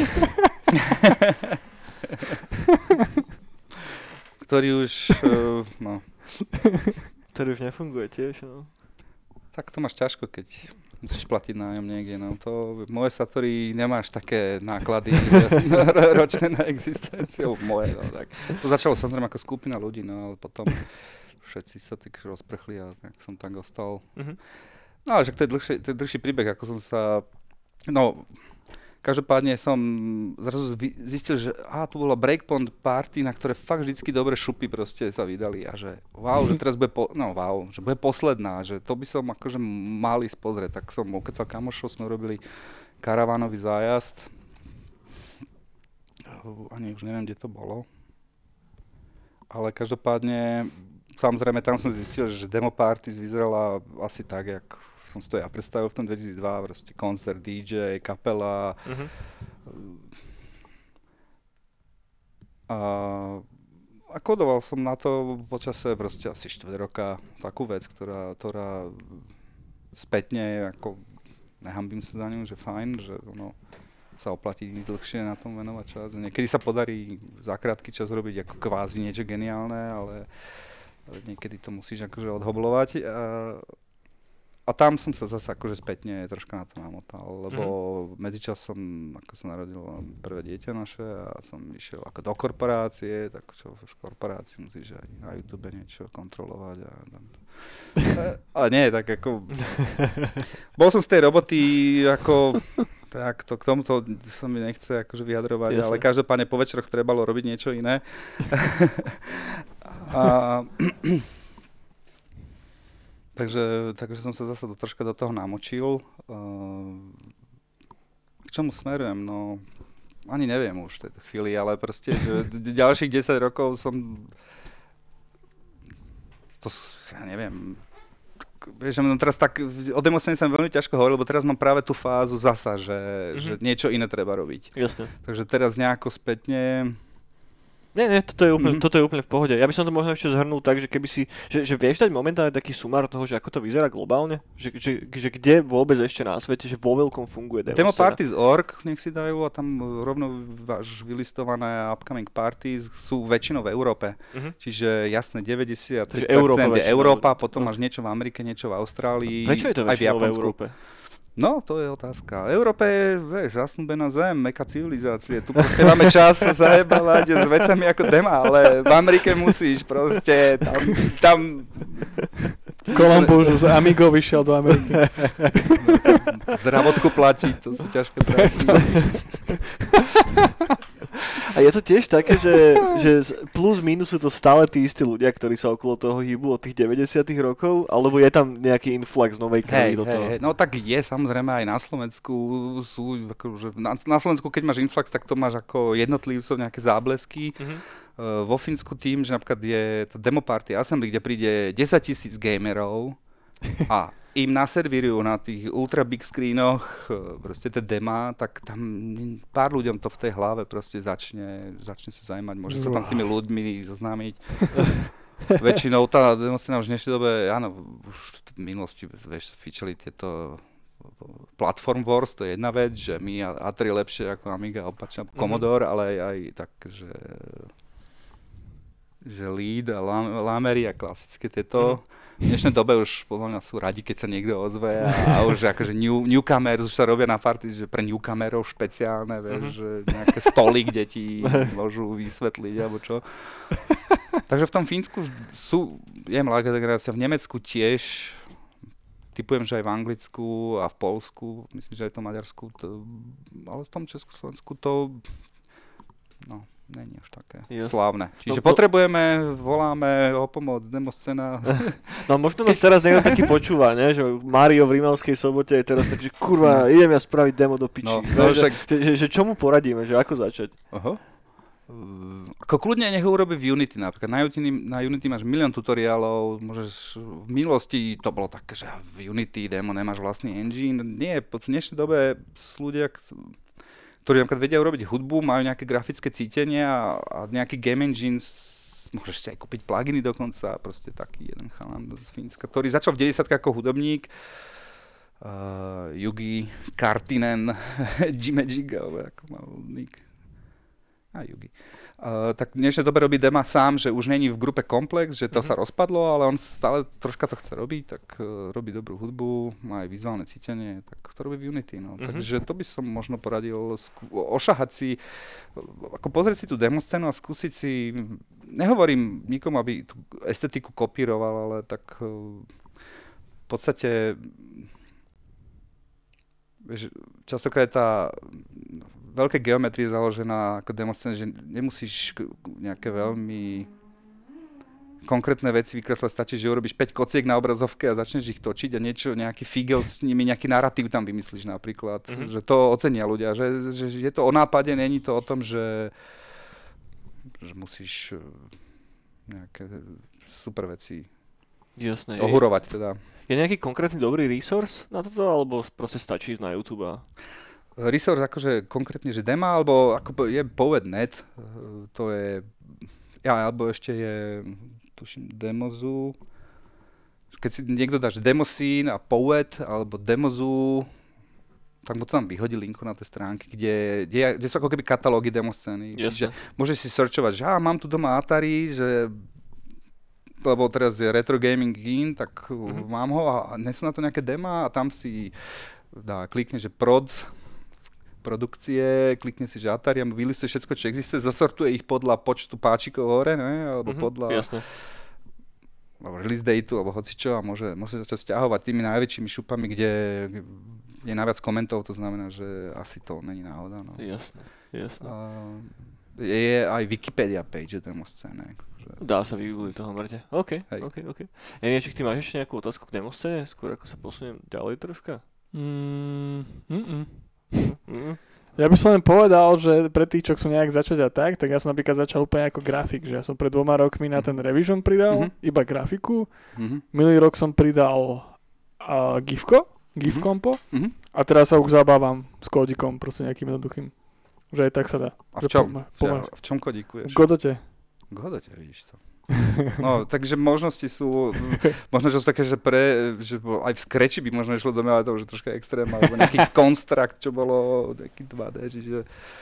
Ktorý už, uh, no... Ktorý už nefunguje tiež, no. Tak to máš ťažko, keď musíš platiť nájom niekde, no to moje Satori nemáš také náklady ročné na existenciu, moje, no tak. To začalo samozrejme ako skupina ľudí, no ale potom všetci sa tak rozprchli a tak som tak ostal. Mm-hmm. No ale však to je dlhší, to je dlhší príbeh, ako som sa, no... Každopádne som zrazu zistil, že á, tu bola Breakpoint party, na ktoré fakt vždycky dobre šupy proste sa vydali a že wow, že teraz bude, po, no wow, že bude posledná, že to by som akože mal ísť pozrieť. Tak som ukecal kamošov, sme robili karavánový zájazd. Ani už neviem, kde to bolo. Ale každopádne, samozrejme tam som zistil, že demo party vyzerala asi tak, jak som si to ja predstavil v tom dvetisícdva, proste koncert, dý džej, kapela. Uh-huh. A, a kodoval som na to počase proste asi štvrť roka takú vec, ktorá, ktorá spätne, ako nehambím sa za ňu, že fajn, že ono sa oplatí dlhšie na tom venovať čas. Niekedy sa podarí za krátky čas robiť ako kvázi niečo geniálne, ale, ale niekedy to musíš akože odhoblovať. A, A tam som sa zase akože spätne troška na to namotal, lebo mm-hmm. medzičasom, ako sa narodilo prvé dieťa naše a som išiel ako do korporácie, tak čo v korporácii musíš aj na YouTube niečo kontrolovať. A, a nie, tak ako... Bol som z tej roboty ako... Tak to k tomuto sa mi nechce akože vyjadrovať, Jasne. Ale každopádne po večeroch trebalo robiť niečo iné. a... Takže, takže som sa zase do, troška do toho namočil. Uh, k čomu smerujem? No, ani neviem už v tejto chvíli, ale proste, že d- ďalších desať rokov som... To, ja neviem... Vieš, no teraz tak, o demoscéne sa veľmi ťažko hovoril, lebo teraz mám práve tú fázu zasa, že, mm-hmm. že niečo iné treba robiť. Jasne. Takže teraz nejako spätne... Nie, nie, toto je, úplne, mm-hmm. toto je úplne v pohode. Ja by som to možno ešte zhrnul tak, že keby si, že, že vieš dať momentálne taký sumár toho, že ako to vyzerá globálne? Že, že, že kde vôbec ešte na svete, že vo veľkom funguje demoscéna? Demo parties bodka org, nech si dajú a tam rovno váš vylistované upcoming parties sú väčšinou v Európe. Mm-hmm. Čiže jasné, deväťdesiattri percent je Európa, potom no. máš niečo v Amerike, niečo v Austrálii, Prečo je to aj v väčšinou v Japonsku. Európe? No, to je otázka. Európa je, vieš, zasnúbená zem, meka civilizácie. Tu proste máme čas sa zajebávať s vecami ako Dema, ale v Amerike musíš proste tam... tam... Columbus z Amigo vyšiel do Ameriky. No, zdravotku platiť, to sú ťažké práce. A je to tiež také, že, že plus minus sú to stále tí istí ľudia, ktorí sa okolo toho hýbu od tých deväťdesiatych rokov, alebo je tam nejaký influx novej krvi hey, do toho? Hey, no tak je, samozrejme aj na Slovensku sú, akože na, na Slovensku keď máš influx, tak to máš ako jednotlivcov nejaké záblesky. Mm-hmm. Uh, vo Fínsku tým, že napríklad je to Demo Party Assembly, kde príde desaťtisíc gamerov a im naservírujú na tých ultra big screenoch proste tie dema, tak tam pár ľuďom to v tej hlave proste začne, začne sa zaujímať, môže sa tam s tými ľuďmi zoznámiť. Väčšinou tá demoscéna už v dnešnej dobe, áno, už v minulosti, vieš, fičali tieto Platform Wars, to je jedna vec, že my á tri lepšie ako Amiga, opačne mm-hmm. Commodore, ale aj, aj tak, že že Lead a Lamery a klasické tieto. V dnešnej dobe už podľa mňa sú radi, keď sa niekto ozve a, a už akože new, newcomers už sa robia na party, že pre newcomerov špeciálne, vieš, uh-huh. že nejaké stoly, kde ti môžu vysvetliť alebo čo. Takže v tom Fínsku sú, je mladá generácia, v Nemecku tiež, typujem, že aj v Anglicku a v Poľsku, myslím, že aj to v Maďarsku, to, ale v tom Československu to, no, není až také yes. slávne. Čiže no, po... potrebujeme, voláme o pomoc, demoscéna. No možno nás teraz niekto taký počúva, ne? Že Mário v Rímavskej Sobote je teraz tak, že kurva, idem ja spraviť demo do piči. No, no, že, však... že, že, že čo mu poradíme, že ako začať? Aha. Uh, ako kľudne nech ho urobí v Unity napríklad. Na Unity, na Unity máš milión tutoriálov, môžeš, v minulosti to bolo také, že v Unity demo nemáš vlastný engine. Nie, po dnešnej dobe sú ľudia, ktorí napríklad vedia urobiť hudbu, majú nejaké grafické cítenie a, a nejaký game engine, s, môžeš si aj kúpiť pluginy dokonca, proste taký jeden chalan z Fínska, ktorý začal v deväťdesiatkach ako hudobník, uh, Yugi Kartinen, G-Magic, alebo ako mal nick. A Yugi. Uh, tak v dnešnej dobe robí dema sám, že už není v grupe Komplex, že to mm-hmm. sa rozpadlo, ale on stále troška to chce robiť, tak uh, robí dobrú hudbu, má aj vizuálne cítenie, tak to robí v Unity. No. Mm-hmm. Takže to by som možno poradil skú- ošahať si, ako pozrieť si tú demoscénu a skúsiť si, nehovorím nikomu, aby tú estetiku kopíroval, ale tak uh, v podstate vieš, častokrát je tá veľké geometrie založená ako demoscéna, že nemusíš nejaké veľmi konkrétne veci vykreslať, stačí, že urobíš päť kociek na obrazovke a začneš ich točiť a niečo, nejaký figel s nimi, nejaký narratív tam vymyslíš napríklad, mm-hmm. že to ocenia ľudia, že, že, že je to o nápade, není to o tom, že, že musíš nejaké super veci Jasné, ohurovať teda. Je nejaký konkrétny dobrý resource na toto, alebo proste stačí ísť na YouTube a... Resource akože konkrétne, že dema, alebo ako je Poet bodka net, to je, ja, alebo ešte je, tuším, Demozu, keď si niekto dáš Demoscene a Poet, alebo Demozu, tak mu to tam vyhodí linku na tie stránky, kde, kde, kde sú ako keby katalógy demoscény. Čiže môžeš si searchovať, že á, mám tu doma Atari, že lebo teraz je retro gaming in, tak mm-hmm. mám ho a nesú na to nejaké dema a tam si dá, klikne, že prods, produkcie, klikne si, že Atari a vylistuje všetko, čo existuje, zasortuje ich podľa počtu páčikov hore, ne? Alebo mm-hmm, podľa jasne. Alebo release dateu, alebo hocičo a môže, môže začať stiahovať tými najväčšími šupami, kde je najviac komentov, to znamená, že asi to není náhoda. No. Jasné, jasné. A je aj Wikipedia page demoscéne. Že... Dá sa vygoogliť toho mŕte. OK, Hej. OK, OK. Ja neviem, či ty máš ešte nejakú otázku k demoscéne, skôr ako sa posuniem ďalej troška? Mm, mm-mm. Mm. Ja by som len povedal, že pre tých, čo chcú nejak začať a tak, tak ja som napríklad začal úplne ako grafik, že ja som pred dvoma rokmi na ten Revision pridal, mm-hmm. iba grafiku. Mm-hmm. Minulý rok som pridal uh, GIFko, GIF kompo mm-hmm. a teraz sa už zabávam s kódikom, proste nejakým jednoduchým. Že aj tak sa dá. A v čom? Pom- pom- v čom kodíkuješ? V Godote. V Godote, vidíš to. No, takže možnosti sú, možno, že sú také, že, pre, že aj v Scratchi by možno išlo do mňa, ale to už troška extrém, alebo nejaký konstrakt, čo bolo taký dva dé, čiže...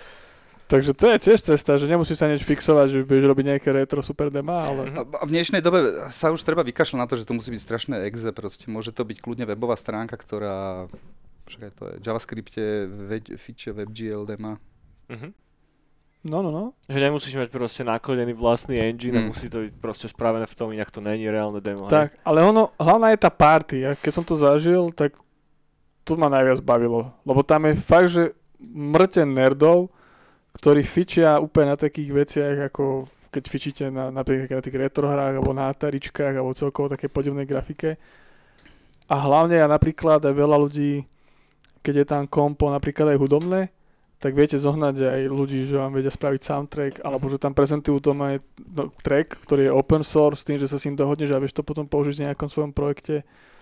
Takže to je tiež cesta, že nemusíš sa niečo fixovať, že budeš robiť nejaké retro super dema, ale... A v dnešnej dobe sa už treba vykašľať na to, že to musí byť strašné exe, proste môže to byť kľudne webová stránka, ktorá, však aj to je, JavaScripte, feature, WebGL dema. Mhm. No, no, no. Že nemusíš mať proste nakodený vlastný engine mm. a musí to byť proste spravené v tom, inak to není reálne demo. Tak, hej? Ale ono, hlavná je tá party. Ja keď som to zažil, tak to ma najviac bavilo. Lebo tam je fakt, že mŕte nerdov, ktorí fičia úplne na takých veciach, ako keď fičíte na, napríklad na tých retrohrách, alebo na Ataričkách, alebo celkovo také podivnej grafike. A hlavne ja napríklad aj veľa ľudí, keď je tam kompo napríklad aj hudobné, tak viete zohnať aj ľudí, že vám vedia spraviť soundtrack, alebo že tam prezentujú to aj no, track, ktorý je open source, tým, že sa s ním dohodneš a vieš to potom použiť v nejakom svojom projekte.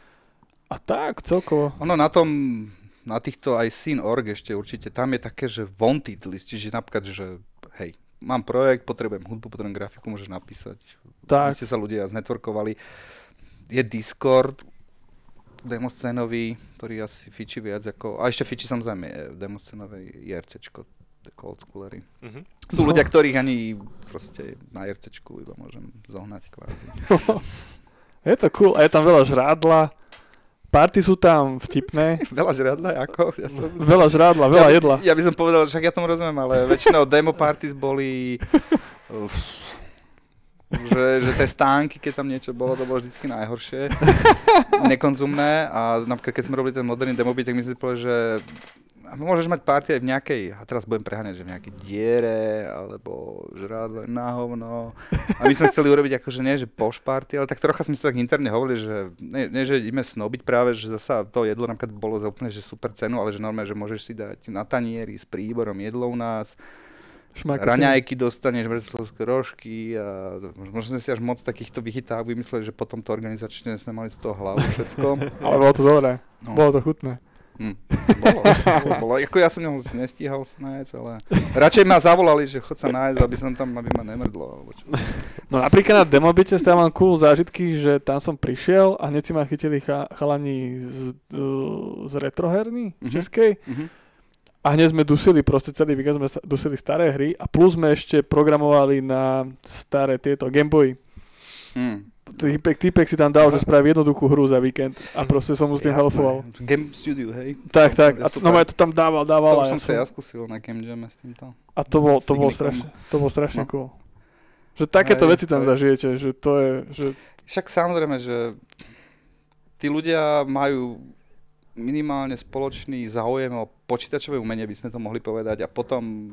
A tak, celkovo. Ono na tom, na týchto aj scene bodka org ešte určite, tam je také, že wanted list, čiže napríklad, že hej, mám projekt, potrebujem hudbu, potrebujem grafiku, môžeš napísať. Tak. Vy ste sa ľudia znetworkovali. Je Discord, demoscénový, ktorý asi fičí viac ako... A ešte fičí samozrejme demoscénové IRCčko, old schoolery. Mm-hmm. Sú no. ľudia, ktorých ani proste na IRCčku iba môžem zohnať kvázi. Je to cool. A je tam veľa žrádla. Party sú tam vtipné. Veľa žrádla, ako? Ja som... Veľa žrádla, veľa ja, jedla. Ja by som povedal, však ja tomu rozumiem, ale väčšinou demo parties boli... Uf. Že, že tie stánky, keď tam niečo bolo, to bolo vždycky najhoršie, nekonzumné a napríklad keď sme robili ten moderný demoby, tak my sme si povedali, že môžeš mať party aj v nejakej, a teraz budem preháňať, že v nejakej diere, alebo žrádle na hovno. A my sme chceli urobiť akože nie, že posh party, ale tak trocha sme si tak interne hovorili, že nie, nie že ideme snobiť práve, že zasa to jedlo napríklad bolo za úplne že super cenu, ale že normálne, že môžeš si dať na tanieri s príborom jedlo u nás, Šmakací. Raňajky dostaneš, vrcovské rožky a možno si až moc takýchto vychyták vymysleli, že potom to organizačne sme mali z toho hlavu všetko. Ale bolo to dobré, no. Bolo to chutné. Hm. Bolo, bolo, bolo. Ako ja som ho nestíhal sa nájsť, ale radšej ma zavolali, že chod sa nájsť, aby som tam, aby ma nemrdlo. Alebo čo. No napríklad na Demobite tam mám cool zážitky, že tam som prišiel a hneď si ma chytili cha- chalani z, z retroherny Mhm. českej. Mhm. A hneď sme dusili, proste celý víkend sme sa- dusili staré hry a plus sme ešte programovali na staré tieto Gameboy. Hm. Týpek, týpek si tam dal, že spraví jednoduchú hru za víkend a proste som mu s tým Jasné. helpoval. Game Studio, hej. Tak, To tak. je A super. no ma to tam dával, dával. To a už som ja sa ja skúsil na Game Jam s týmto. A to bol, s to bol Technicom. strašne, to bol strašne No. cool. Že takéto Hej, veci tam hej. zažijete, že to je, že Však samozrejme, že tí ľudia majú minimálne spoločný záujem o počítačové umenie, by sme to mohli povedať, a potom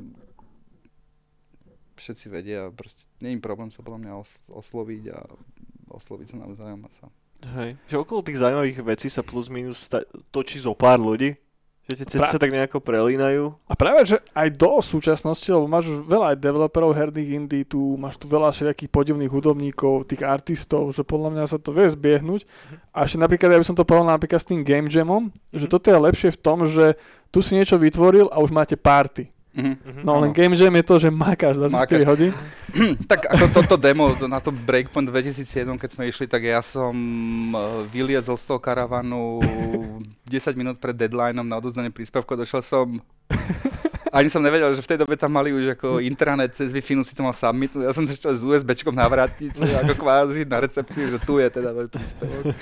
všetci vedia, proste nie je problém sa podľa mňa os- osloviť a osloviť sa navzájom a sa. Hej. Že okolo tých zaujímavých vecí sa plus minus sta- točí zo pár ľudí. Že tie cesty Pra- sa tak nejako prelínajú. a práve, že aj do súčasnosti, lebo máš už veľa aj developerov herných indie, tu máš tu veľa všelijakých podivných hudobníkov, tých artistov, že podľa mňa sa to vie zbiehnúť. A ešte napríklad, ja by som to povedal napríklad s tým Game Jamom, že Mhm. toto je lepšie v tom, že tu si niečo vytvoril a už máte party. Mhm. No len Áno. Game Jam je to, že makáš dvadsaťštyri Mákaš. hodín. Tak ako toto demo na to Breakpoint dvetisícsedem, keď sme išli, tak ja som eh, vyliezol z toho karavanu desať minút pred deadlineom na odozdanie príspevku a došiel som. Ani som nevedel, že v tej dobe tam mali už ako intranet, cez Wi-Fi si to mal submitnúť. Ja som sa ešte s USBčkom na vrátnici, ako kvázi na recepcii, že tu je teda môj príspevok.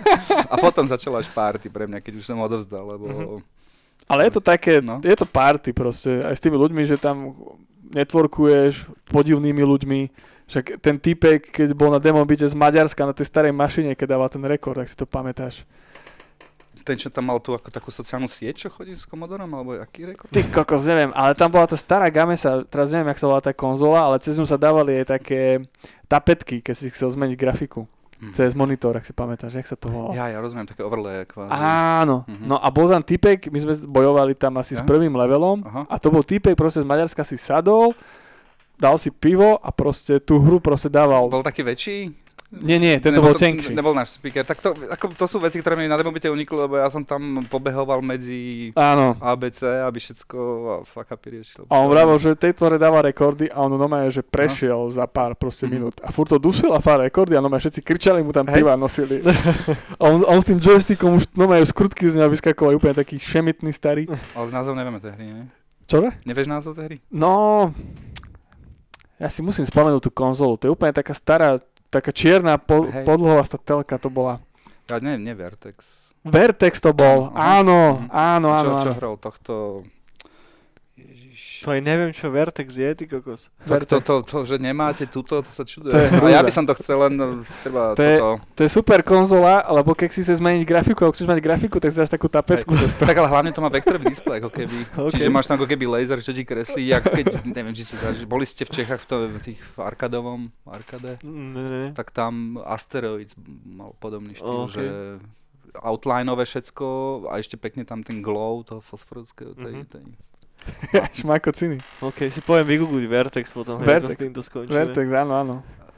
A potom začala až party pre mňa, keď už som odovzdal, lebo... Ale je to také, No. je to party proste, aj s tými ľuďmi, že tam networkuješ podivnými ľuďmi. Však ten typek, keď bol na Demobite z Maďarska na tej starej mašine, keď dával ten rekord, tak si to pamätáš. Ten, čo tam mal tú ako takú sociálnu sieť, čo chodí s Commodorom, alebo aký rekord? Ty kokos, neviem, ale tam bola tá stará Gamesa, teraz neviem, jak sa volá tá konzola, ale cez ňu sa dávali aj také tapetky, keď si chcel zmeniť grafiku. Cez monitor, ak si pamätáš, jak sa to volalo. Ja, ja rozumiem, také overlay kvázi. Áno, Mhm. no a bol tam typek, my sme bojovali tam asi s Ja? prvým levelom Aha. a to bol typek, proste z Maďarska si sadol, dal si pivo a proste tú hru proste dával. Bol taký väčší? Nie, nie, tento Nebol bol to- tenkší. Nebol náš speaker. Tak to, ako, to sú veci, ktoré mi na Demobite unikli, lebo ja som tam pobehoval medzi Áno. á bé cé, aby všetko a fuck upy riešil. A on vravel, že tejto hre dáva rekordy a on normálne, že prešiel za pár proste Mhm. minút. A furt to dusil a pár rekordy a normálne všetci kričali mu tam Hej. piva nosili. A on, a on s tým joystickom už normálne skrutky z neho vyskakovali, úplne taký šemitný starý. Ale názov nevieme tej hry, nie? Čože? Nevieš názov tej hry? No, ja si musím spomenúť tú konzolu. To je úplne taká stará, taká čierna po, Hej. podlhová telka to bola. Ja ne, ne Vertex. Vertex to bol, Aha. áno, Mhm. áno, áno, čo, čo áno. hral tohto... Ježiš. To aj neviem, čo Vertex je, ty kokos. Tak to, Vertex. to, to, že nemáte túto, to sa čuduje. To je A ja hrúza. by som to chcel len, no, treba To je- toto... To je super konzola, lebo keď si chceš zmeniť grafiku, ak chceš mať grafiku, tak si dáš takú tapetku. Hej. Tak ale hlavne to má vektorový displej, ako keby. Ok. Čiže máš tam ako keby laser, čo ti kreslí, ako keď, neviem, či si zažili. Boli ste v Čechách v, to, v tých v arkadovom, arkade, Mm, Ne, ne. tak tam Asteroids mal podobný štýl, Ok. že outlineové všetko a ešte pekne tam ten glow toho fosforského, tej, Mhm. tej. Šmáko ciny. OK, si poviem vygoogliť Vertex potom, hej, ako Vertex. s týmto skončíme. Vertex, áno, áno.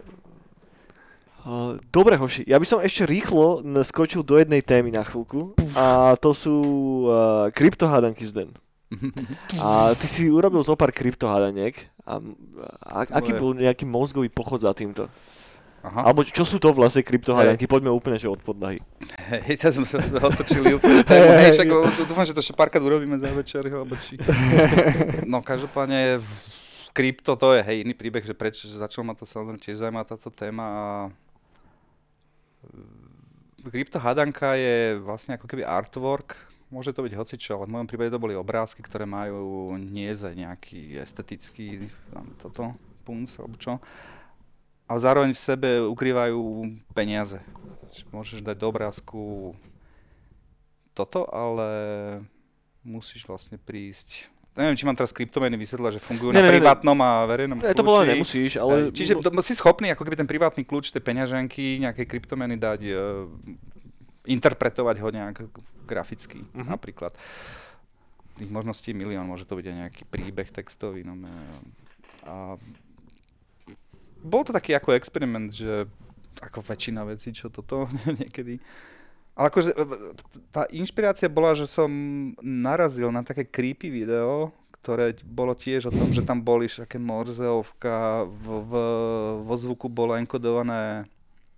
Uh, Dobre, hoši, ja by som ešte rýchlo n- skočil do jednej témy na chvíľku a to sú uh, kryptohádanky z den. A ty si urobil zo pár kryptohádaniek a, a, a aký Moje. bol nejaký mozgový pochod za týmto? Aha. Alebo čo sú to vlastne kryptohádanky? Poďme úplne že od podlahy. Hej, to sme, to sme otočili úplne tému. Hej, však o, dúfam, že to ešte párkrát urobíme za večer, alebo či... No, každopádne, v- krypto to je, hej, iný príbeh, že prečo, že začal ma to samozrejme tiež zaujímavá táto téma a kryptohádanka je vlastne ako keby artwork, môže to byť hocičo, ale v mojom prípade to boli obrázky, ktoré majú nie za nejaký estetický tam, toto, punc, alebo čo. A zároveň v sebe ukrývajú peniaze. Môžeš dať do obrázku toto, ale musíš vlastne prísť. Neviem, či mám teraz kryptomeny vysvetľať, že fungujú Ne, na ne, ne. privátnom a verejnom Ne, kľúči. to bolo nemusíš, ale... Hej, Čiže to, si schopný ako keby ten privátny kľúč tej peňaženky, nejaké kryptomeny dať, e, interpretovať ho nejak graficky, Mhm. napríklad. Tých možností je milión, môže to byť aj nejaký príbeh textový. No, e, a bol to taký ako experiment, že ako väčšina vecí, čo toto niekedy. Ale akože tá inšpirácia bola, že som narazil na také creepy video, ktoré bolo tiež o tom, že tam boli všaké morzeovka, v, v, vo zvuku bolo enkodované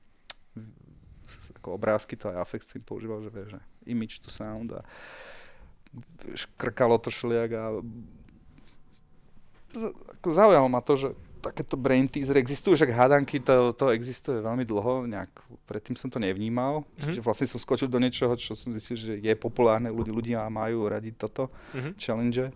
ako obrázky, to aj Afex Twin používal, že vieš, že image to sound a škrkalo to šliak a zaujalo ma to, že takéto brain teaser existujú, však hádanky to, to existuje veľmi dlho, nejak predtým som to nevnímal, mm-hmm. čiže vlastne som skočil do niečoho, čo som zistil, že je populárne, ľudia, ľudia majú radi toto, mm-hmm. challenge.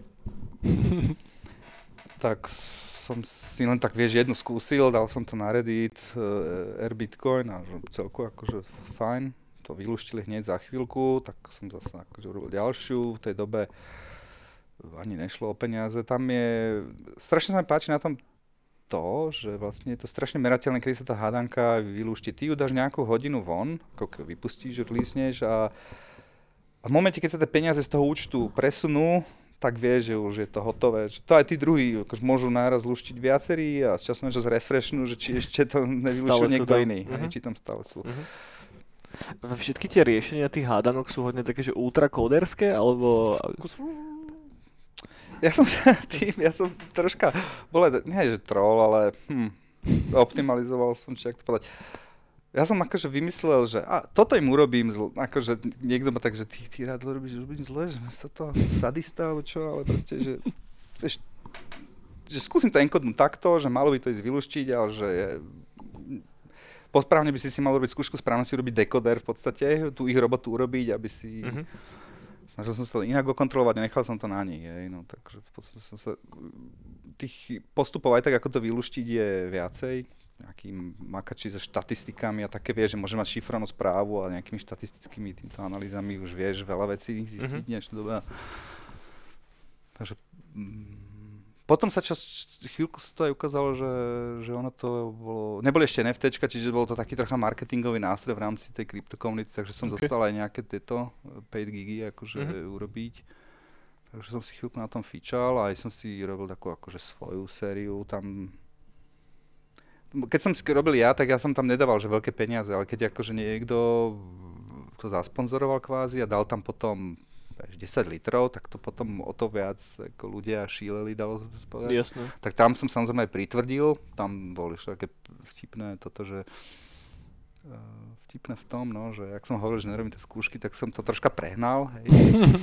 Tak som si len tak, vieš, jednu skúsil, dal som to na Reddit, uh, Air Bitcoin a celku akože fajn, to vylúštili hneď za chvíľku, tak som zase akože urobil ďalšiu, v tej dobe ani nešlo o peniaze, tam je, strašne sa mi páči na tom to, že vlastne je to strašne merateľné, kedy sa tá hádanka vylúšti. Ty ju dáš nejakú hodinu von, ako vypustíš, releaseneš a, a v momente, keď sa tie peniaze z toho účtu presunú, tak vieš, že už je to hotové. Že to aj tí druhí akože môžu náraz luštiť viacerí a z času na čas refreshnú, že či ešte to nevylúšil niekto tam iný. Uh-huh. Či tam stále sú. Uh-huh. Všetky tie riešenia tých hádanok sú hodne také, že ultrakóderské, alebo... Ja som tým, ja som troška, bol nie že troll, ale hm, optimalizoval som, či jak to povedať. Ja som akože vymyslel, že a toto im urobím zle, akože niekto ma tak, že ty, ty rád robíš, robíš zle, že sa to sadista alebo čo, ale proste, že, vieš, že skúsim to enkodnúť takto, že malo by to ísť vylúštiť, ale že je, posprávne by si si mal robiť skúšku, správne si urobiť dekoder v podstate, tú ich robotu urobiť, aby si, mm-hmm. snažil som sa to inak okontrolovať a nechal som to na nich, hej, no, takže v podstate som sa, tých postupov aj tak, ako to vylúštiť je viacej, nejaký makači so štatistikami a také vieš, že môže mať šifrovanú správu a nejakými štatistickými týmto analýzami už vieš veľa vecí zistiť mm-hmm. dnešnej dobe. Takže mm, potom sa čas, chvíľku sa to aj ukázalo, že, že ono to bolo, neboli ešte NFTčka, čiže bol to taký trocha marketingový nástroj v rámci tej crypto community, takže som okay. dostal aj nejaké tieto paid gigy akože mm-hmm. urobiť. Takže som si chvíľku na tom fičal a aj som si robil takú akože svoju sériu tam. Keď som si robil ja, tak ja som tam nedával, že veľké peniaze, ale keď akože niekto to zasponzoroval kvázi a dal tam potom desať litrov, tak to potom o to viac ako ľudia šíleli, dalo sa povedať. Jasné. Tak tam som samozrejme aj pritvrdil, tam boli ešte také vtipné toto, že vtipné v tom, no, že ak som hovoril, že nerobím tie skúšky, tak som to troška prehnal, hej.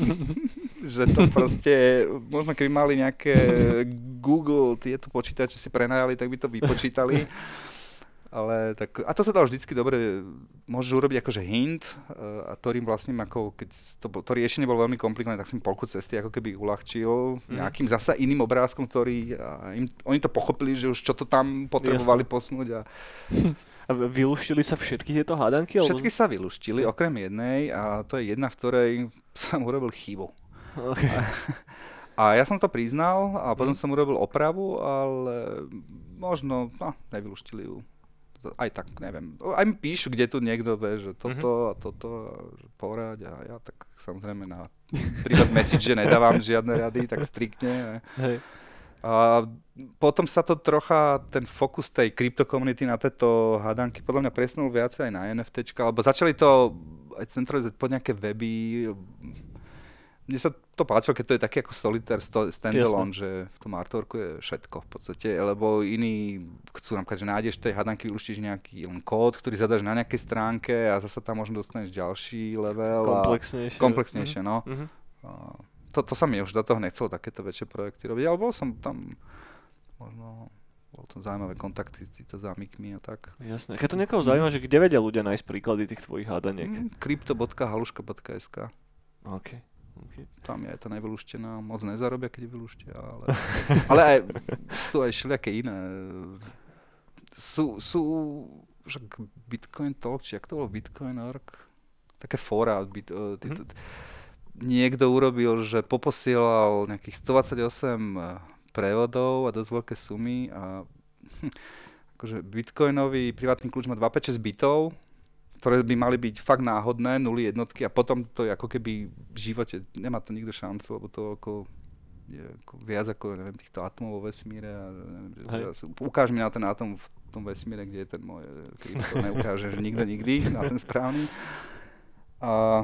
Že to proste, možno keby mali nejaké Google, tieto počítače si prenajali, tak by to vypočítali. Ale tak, a to sa dalo vždycky dobre, môžeš urobiť akože hint a ktorým vlastne ako, keď to, to riešenie bolo veľmi komplikované, tak som polku cesty ako keby uľahčil mm. nejakým zasa iným obrázkom, ktorý, a im, oni to pochopili, že už čo to tam potrebovali Jasne. Posnúť a A vylúštili sa všetky tieto hádanky? Všetky sa vylúštili, okrem jednej a to je jedna, v ktorej som urobil chybu. Okay. A, a ja som to priznal a potom mm. som urobil opravu, ale možno, no, nevylúštili ju. Aj tak, neviem. Aj mi píšu, kde tu niekto vie, že toto a toto, že poraď a ja tak samozrejme na privát message, že nedávam žiadne rady, tak striktne. Hej. A potom sa to trocha, ten fokus tej crypto community na tieto hádanky podľa mňa presunul viacej aj na NFTčka, alebo začali to aj centralizovať pod nejaké weby. Mne sa to páčilo, keď to je taký ako solitaire standalone, že v tom artworku je všetko v podstate, lebo iní chcú napríklad, že nájdeš tej hádanky, vylúštiš nejaký len kód, ktorý zadáš na nejakej stránke a zasa tam možno dostaneš ďalší level. Komplexnejšie. A komplexnejšie, no. Uh-huh. A to, to sa mi už do toho nechcelo takéto väčšie projekty robiť, ale bol som tam, možno, bol tam zaujímavé kontakty s týmto zámykmi a tak. Jasné. Keď to niekoho zaujíma, že kde vedia ľudia nájsť príklady tých tvojich hádaniek? Mm, crypto bodka haluška bodka es ká OK. Okay. Tam je aj tá nevylúštená, moc nezarobia, keď vylúštia, ale, ale aj, sú aj všelijaké iné. Sú, sú však Bitcoin Talk, či jak to bolo Bitcoin bodka org? Také fóra. Bit, uh, tí, mm-hmm. Niekto urobil, že poposielal nejakých stodvadsaťosem prevodov a dosť veľké sumy a hm, akože bitcoinový privátny kľúč má dvesto päťdesiatšesť bitov, ktoré by mali byť fakt náhodné, nuly, jednotky a potom to je ako keby v živote, nemá to nikto šancu, lebo to ako je ako viac ako, neviem, týchto atomov vo vesmíre a neviem, že ukáž mi na ten atom v tom vesmíre, kde je ten môj krypto, neukáže, že nikto nikdy na ten správny. A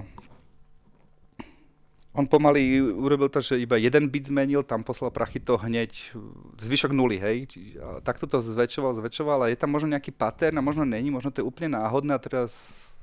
on pomaly urobil to, že iba jeden bit zmenil, tam poslal prachy to hneď, zvyšok nuly, hej. Čiže, a takto to zväčšoval, zväčšoval a je tam možno nejaký pattern a možno není, možno to je úplne náhodné a teraz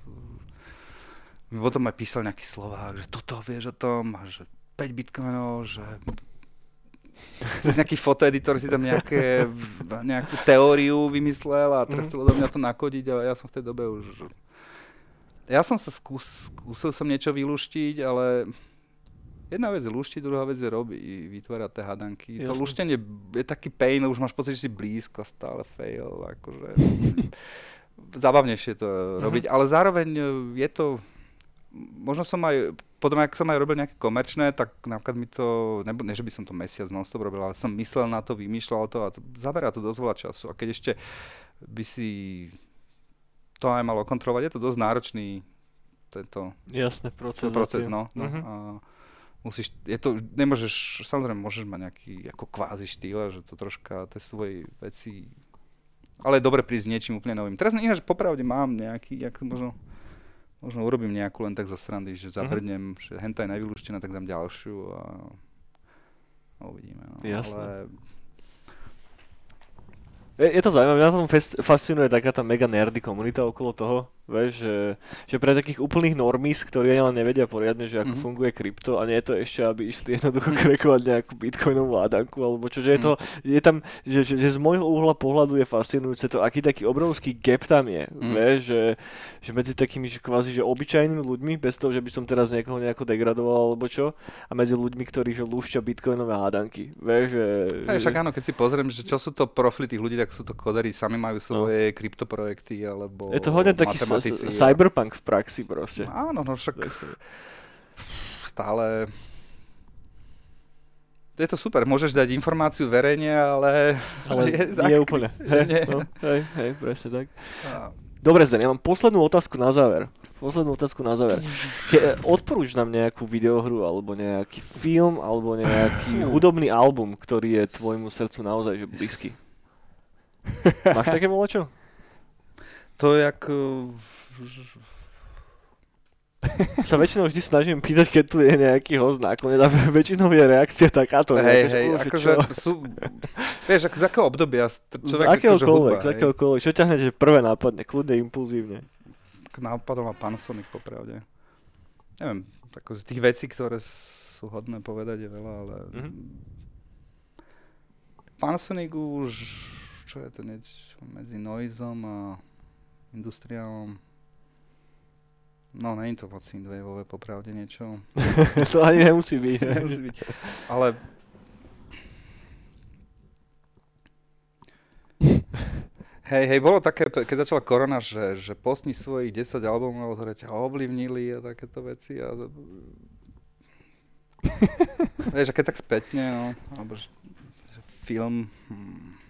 potom aj písal nejaký Slovák, že toto vieš o tom a že päť bitcoinov, že cez nejaký fotoeditor si tam nejaké, nejakú teóriu vymyslel a teraz chcel do mňa to nakodiť, ale ja som v tej dobe už... Ja som sa skús, skúsil som niečo vylúštiť, ale jedna vec je lúštiť, druhá vec je robiť, vytvárať tie hadanky. Jasne. To lúštenie je taký pain, už máš pocit, že si blízko, stále fail, akože... Zábavnejšie to robiť, uh-huh. ale zároveň je to... Možno som aj, potom ak som aj robil nejaké komerčné, tak napríklad mi to, nebo, ne že by som to mesiac non-stop robil, ale som myslel na to, vymýšľal to a to, zaberá to dosť veľa času. A keď ešte by si to aj malo kontrolovať, je to dosť náročný tento Jasné, proces. proces no. no uh-huh. a musíš, je to, nemôžeš, samozrejme môžeš mať nejaký ako kvázi štýl, že to troška tie svoje veci, ale je dobre prísť s niečím úplne novým. Teraz ináč popravde mám nejaký, ako možno, možno urobím nejakú len tak zo srandy, že zabrdnem, uh-huh. že henta je najvylúštená, tak dám ďalšiu a, a uvidíme. No. Jasné. Ale... Je, je to zaujímavé, mňa na tom fest, fascinuje taká tá mega nerdy komunita okolo toho, vieš, že, že pre takých úplných normies, ktorí ani len nevedia poriadne, že ako mm-hmm. funguje krypto a nie je to ešte, aby išli jednoducho krekovať nejakú bitcoinovú ládanku alebo čo, že je to, je tam, že, že, že z môjho uhla pohľadu je fascinujúce to, aký taký obrovský gap tam je, mm. vieš, že, že medzi takými, že kvázi, že obyčajnými ľuďmi, bez toho, že by som teraz niekoho nejako degradoval alebo čo, a medzi ľuďmi, ktorí že lúšťa bitcoinové hádanky, vieš, že... Aj, však áno, keď si pozriem, že čo sú to profily tých ľudí, tak sú to koderi, sami majú svoje no. kryptoprojekty alebo je to hodne taký s- cyberpunk v praxi proste. Áno, no však stále... Je to super, môžeš dať informáciu verejne, ale... Ale je nie zak... úplne. Hej, nie. No, hej, hej, presne tak. A... Dobre, Zden, ja mám poslednú otázku na záver. Poslednú otázku na záver. Ke, odporúč nám nejakú videohru, alebo nejaký film, alebo nejaký hudobný album, ktorý je tvojmu srdcu naozaj že blízky. Máš také volačo? To je ako... Sa väčšinou vždy snažím pýtať, keď tu je nejaký host nakoniec a väčšinou je reakcia takáto. Hej, hej, akože sú, vieš, ako z akého obdobia človek... Z akéhokoľvek, z akéhokoľvek, čo ťa hneď prvé nápadne, kľudne, impulzívne. Nápadol ma Panasonic, popravde. Neviem, ako z tých vecí, ktoré sú hodné povedať je veľa, ale... Mm-hmm. Panasonic už, čo je to niečo medzi Noisom a industriálom. No, nie je to moc synthwaveové, popravde niečo. To ani nemusí byť. Nemusí byť. Ale... Hej, hej, bolo také, keď začala korona, že, že postni svojich desať albumov, ktoré ťa ovlivnili a takéto veci. A... Vieš, a keď tak spätne, no, alebo že, že film... Hmm.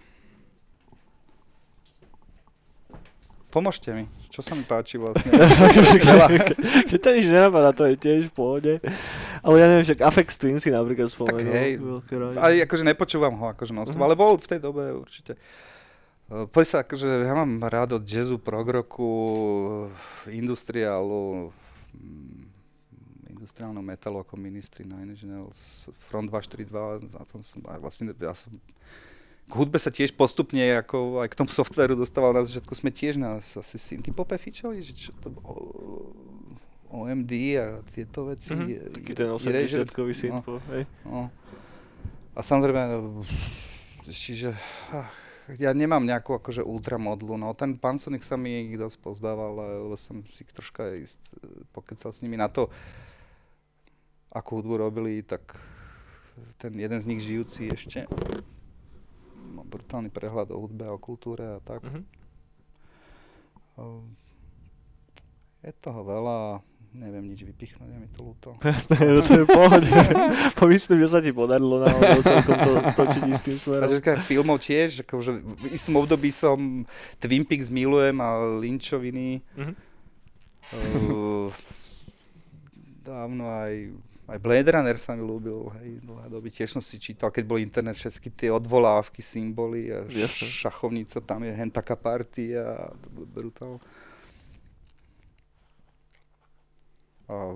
Pomôžte mi, čo sa mi páči vlastne. Keď to nič nenapadá, to je tiež v pohode. Ale ja neviem, že Aphex Twin si napríklad spomenul. Tak hej, ale akože nepočúvam ho akože non-stop, uh-huh. ale bol v tej dobe určite. Poď sa, akože ja mám rád od jazzu, prog rocku, industriálu, industriálneho metalu ako Ministry, Nine Inch Nails, Front dva štyri dva, a tom som, a vlastne ja som k hudbe sa tiež postupne, ako aj k tomu softvéru dostával na začiatku, sme tiež na asi synthpope fičali, že čo to O M D a tieto veci. Mm-hmm. Taký ten osemdesiatkový synthpop, hej. No. A samozrejme, čiže ach, ja nemám nejakú akože ultramodlu, no ten Panasonic sa mi dosť pozdával, lebo som si troška ist, pokecal s nimi na to, akú hudbu robili, tak ten jeden z nich žijúci ešte má brutálny prehľad o hudbe a o kultúre a tak. Mm-hmm. Je toho veľa, neviem nič vypichnúť, je mi to ľúto. Jasné, to je v pohode. Pomyslím, že sa ti podarilo naozaj celkom to stočiť istým smerom. A že filmov tiež, akože v istom období som Twin Peaks milujem a Lynchoviny. Mm-hmm. Uh, dávno aj Aj Blade Runner sa mi ľúbil, hej, dlhé doby. Tiež som si čítal, keď bol internet, všetky tie odvolávky, symboly a š- šachovnica, tam je hen taká party a brutál. A...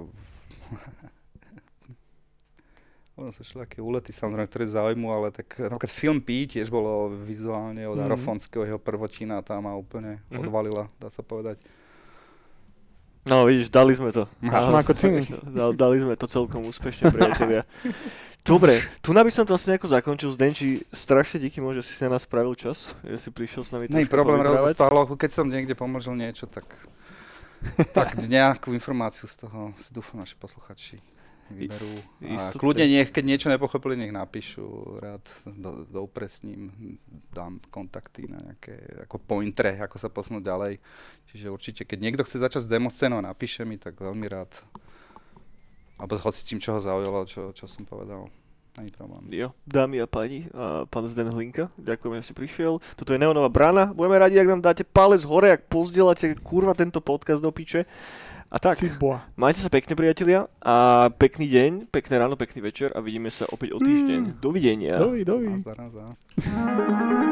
Ono sa všelijaké úlety, samozrejme, ktoré zaujímu, ale tak napríklad film Pi tiež bolo vizuálne od Mhm. Arofonského, jeho prvočina, tá ma úplne Mhm. odvalila, dá sa povedať. No vidíš, dali sme to. Máš ma ako ciny. Dal, dali sme to celkom úspešne, priatelia. Dobre, tu by som to asi nejako zakončil. Zdenči, strašne díky, môže si sa nás spravil čas, že si prišiel s nami Nie je trošku problém, povyprávať. rozostalo, keď som niekde pomožil niečo, tak, tak nejakú informáciu z toho si dúfam naši posluchači vyberú. A Istotne. kľudne nech, keď niečo nepochopili, nech napíšu, rád do, doupresním, dám kontakty na nejaké ako pointre, ako sa posunúť ďalej. Čiže určite, keď niekto chce začať s demoscénou a napíše mi, tak veľmi rád. Alebo hoci čím, čo ho zaujalo, čo, čo som povedal. Není problém. Jo, dámy a páni, a pán Zden Hlinka, ďakujem, že si prišiel. Toto je Neonová brána. Budeme radi, ak nám dáte palec hore, ak pozdieľate kurva tento podcast do piče. A tak, Citboa. majte sa pekne, priatelia, a pekný deň, pekné ráno, pekný večer a vidíme sa opäť o týždeň. Dovidenia. Dovi, dovi. Nazdar, nazdar.